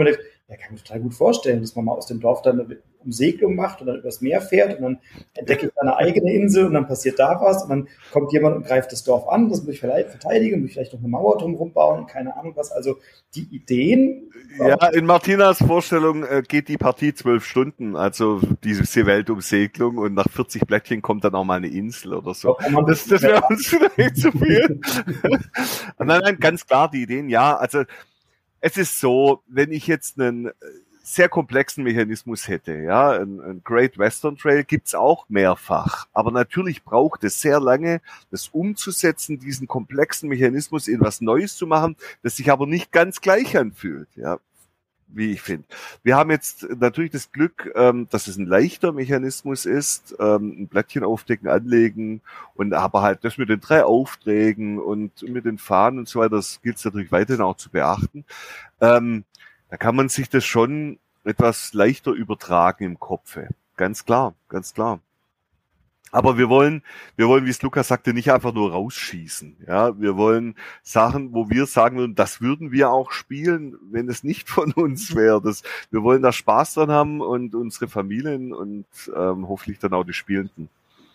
Ja, kann ich total gut vorstellen, dass man mal aus dem Dorf dann eine Umsegelung macht und dann übers Meer fährt und dann entdecke ich eine eigene Insel und dann passiert da was und dann kommt jemand und greift das Dorf an, das muss ich vielleicht verteidigen, muss ich vielleicht noch eine Mauer drumherum bauen und keine Ahnung was. Also die Ideen. Ja, in Martinas Vorstellung äh, geht die Partie zwölf Stunden, also diese Weltumsegelung und nach vierzig Blättchen kommt dann auch mal eine Insel oder so. Das, das wäre uns vielleicht zu viel. Nein, nein, ganz klar, die Ideen, ja, also es ist so, wenn ich jetzt einen sehr komplexen Mechanismus hätte, ja, ein, ein Great Western Trail gibt's auch mehrfach, aber natürlich braucht es sehr lange, das umzusetzen, diesen komplexen Mechanismus in was Neues zu machen, das sich aber nicht ganz gleich anfühlt, ja, wie ich finde. Wir haben jetzt natürlich das Glück, ähm, dass es ein leichter Mechanismus ist, ähm, ein Blättchen aufdecken, anlegen und aber halt das mit den drei Aufträgen und mit den Fahnen und so weiter, das gilt es natürlich weiterhin auch zu beachten. Ähm, da kann man sich das schon etwas leichter übertragen im Kopfe. Ganz klar, ganz klar. Aber wir wollen, wir wollen, wie es Lukas sagte, nicht einfach nur rausschießen. Ja, wir wollen Sachen, wo wir sagen würden, das würden wir auch spielen, wenn es nicht von uns wäre. Das, wir wollen da Spaß dran haben und unsere Familien und ähm, hoffentlich dann auch die Spielenden.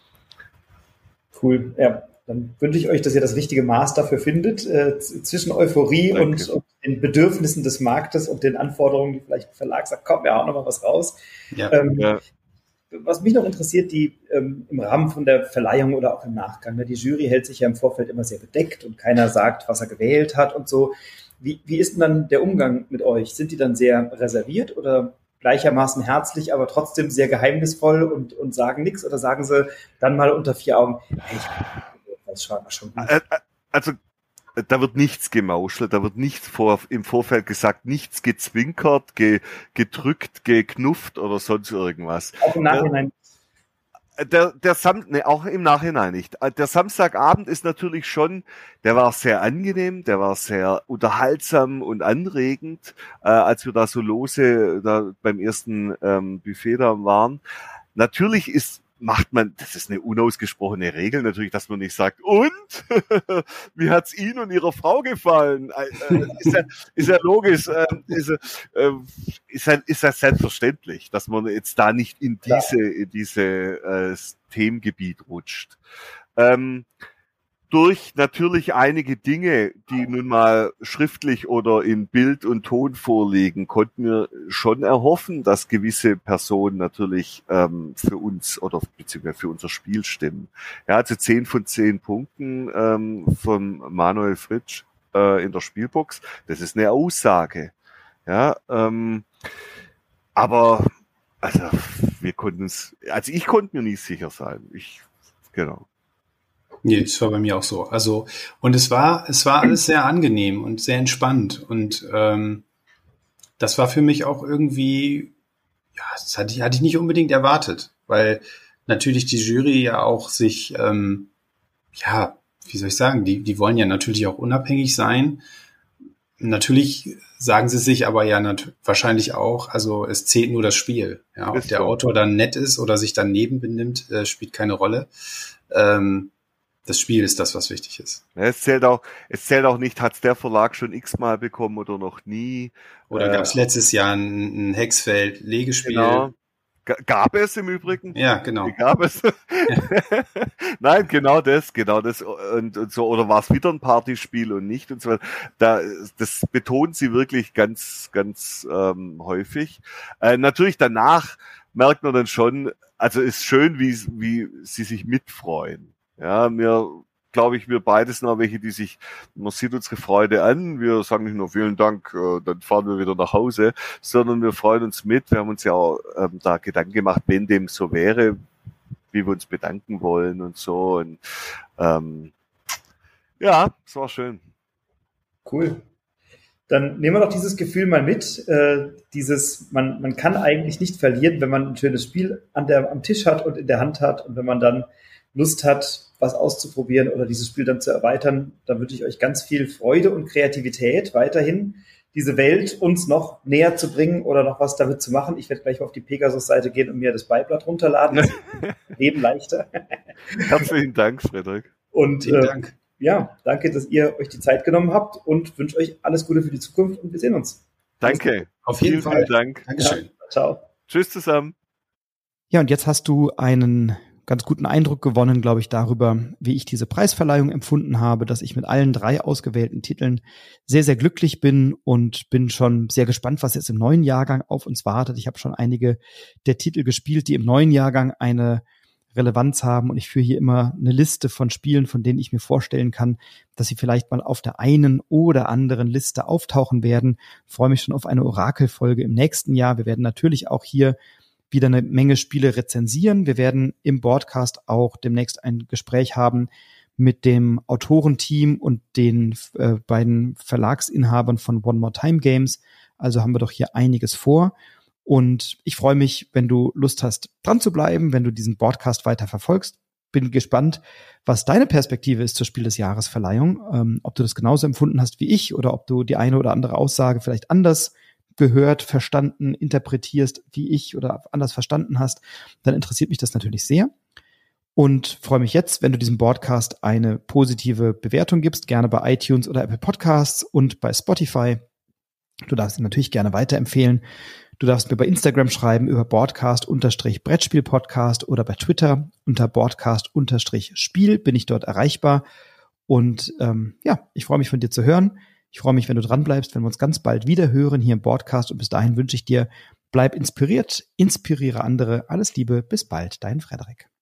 Cool, ja. Dann wünsche ich euch, dass ihr das richtige Maß dafür findet, äh, zwischen Euphorie und, und den Bedürfnissen des Marktes und den Anforderungen, die vielleicht ein Verlag sagt, komm, wir hauen noch mal was raus. Ja. Ähm, ja. Was mich noch interessiert, die ähm, im Rahmen von der Verleihung oder auch im Nachgang, ne, die Jury hält sich ja im Vorfeld immer sehr bedeckt und keiner sagt, was er gewählt hat und so. Wie, wie ist denn dann der Umgang mit euch? Sind die dann sehr reserviert oder gleichermaßen herzlich, aber trotzdem sehr geheimnisvoll und, und sagen nichts? Oder sagen sie dann mal unter vier Augen, hey, ich weiß schon, schon gut. Also da wird nichts gemauschelt, da wird nichts vor, im Vorfeld gesagt, nichts gezwinkert, ge, gedrückt, geknufft oder sonst irgendwas. Auch im Nachhinein. Der, der Sam, ne, auch im Nachhinein nicht. Der Samstagabend ist natürlich schon, der war sehr angenehm, der war sehr unterhaltsam und anregend, äh, als wir da so lose da beim ersten ähm, Buffet da waren. Natürlich ist macht man, das ist eine unausgesprochene Regel natürlich, dass man nicht sagt, und? Wie hat's Ihnen und Ihrer Frau gefallen? Äh, ist, ja, ist ja logisch, äh, ist, äh, ist, ja, ist ja selbstverständlich, dass man jetzt da nicht in diese, in diese äh, Themengebiet rutscht. Ähm, durch natürlich einige Dinge, die nun mal schriftlich oder in Bild und Ton vorliegen, konnten wir schon erhoffen, dass gewisse Personen natürlich ähm, für uns oder beziehungsweise für unser Spiel stimmen. Ja, also zehn von zehn Punkten ähm, von Manuel Fritsch äh, in der Spielbox, das ist eine Aussage. Ja, ähm, aber also wir konnten es, also ich konnte mir nicht sicher sein. Ich, genau. Nee, das war bei mir auch so. Also, und es war, es war alles sehr angenehm und sehr entspannt. Und ähm, das war für mich auch irgendwie, ja, das hatte ich, hatte ich nicht unbedingt erwartet, weil natürlich die Jury ja auch sich, ähm, ja, wie soll ich sagen, die, die wollen ja natürlich auch unabhängig sein. Natürlich sagen sie sich aber ja nat- wahrscheinlich auch, also es zählt nur das Spiel. Ja, ob der Autor dann nett ist oder sich daneben benimmt, äh, spielt keine Rolle. Ähm, Das Spiel ist das, was wichtig ist. Ja, es zählt auch, es zählt auch nicht, hat es der Verlag schon x-mal bekommen oder noch nie. Oder äh, gab es letztes Jahr ein, ein Hexfeld-Legespiel? Genau. G- Gab es im Übrigen? Ja, genau. Gab es? Nein, genau das, genau das und, und so. Oder war es wieder ein Partyspiel und nicht und so weiter. Da, das betonen sie wirklich ganz, ganz ähm, häufig. Äh, natürlich danach merkt man dann schon, also ist schön, wie, wie sie sich mitfreuen. Ja, mir, glaube ich, wir beide sind auch welche, die sich, man sieht unsere Freude an, wir sagen nicht nur vielen Dank, äh, dann fahren wir wieder nach Hause, sondern wir freuen uns mit. Wir haben uns ja auch ähm, da Gedanken gemacht, wenn dem so wäre, wie wir uns bedanken wollen und so. Und ähm, ja, es war schön. Cool. Dann nehmen wir doch dieses Gefühl mal mit, äh, dieses, man, man kann eigentlich nicht verlieren, wenn man ein schönes Spiel an der, am Tisch hat und in der Hand hat und wenn man dann Lust hat, was auszuprobieren oder dieses Spiel dann zu erweitern, dann wünsche ich euch ganz viel Freude und Kreativität weiterhin, diese Welt uns noch näher zu bringen oder noch was damit zu machen. Ich werde gleich mal auf die Pegasus-Seite gehen und mir das Beiblatt runterladen. Das Leben leichter. Herzlichen Dank, Frederik. Und Vielen äh, Dank. ja, danke, dass ihr euch die Zeit genommen habt und wünsche euch alles Gute für die Zukunft und wir sehen uns. Danke. Auf jeden vielen, Fall. Vielen Dank. Dankeschön. Ja, ciao. Tschüss zusammen. Ja, und jetzt hast du einen ganz guten Eindruck gewonnen, glaube ich, darüber, wie ich diese Preisverleihung empfunden habe, dass ich mit allen drei ausgewählten Titeln sehr, sehr glücklich bin und bin schon sehr gespannt, was jetzt im neuen Jahrgang auf uns wartet. Ich habe schon einige der Titel gespielt, die im neuen Jahrgang eine Relevanz haben, und ich führe hier immer eine Liste von Spielen, von denen ich mir vorstellen kann, dass sie vielleicht mal auf der einen oder anderen Liste auftauchen werden. Ich freue mich schon auf eine Orakelfolge im nächsten Jahr. Wir werden natürlich auch hier wieder eine Menge Spiele rezensieren. Wir werden im Podcast auch demnächst ein Gespräch haben mit dem Autorenteam und den äh, beiden Verlagsinhabern von One More Time Games. Also haben wir doch hier einiges vor. Und ich freue mich, wenn du Lust hast, dran zu bleiben, wenn du diesen Podcast weiter verfolgst. Bin gespannt, was deine Perspektive ist zur Spiel des Jahres Verleihung. Ähm, ob du das genauso empfunden hast wie ich oder ob du die eine oder andere Aussage vielleicht anders gehört, verstanden, interpretierst wie ich oder anders verstanden hast, dann interessiert mich das natürlich sehr. Und freue mich jetzt, wenn du diesem Podcast eine positive Bewertung gibst, gerne bei iTunes oder Apple Podcasts und bei Spotify. Du darfst ihn natürlich gerne weiterempfehlen. Du darfst mir bei Instagram schreiben über Broadcast-Brettspiel-Podcast oder bei Twitter unter Broadcast-Spiel bin ich dort erreichbar. Und ähm, ja, ich freue mich von dir zu hören. Ich freue mich, wenn du dran bleibst, wenn wir uns ganz bald wieder hören hier im Broadcast. Und bis dahin wünsche ich dir, bleib inspiriert, inspiriere andere. Alles Liebe, bis bald, dein Frederik.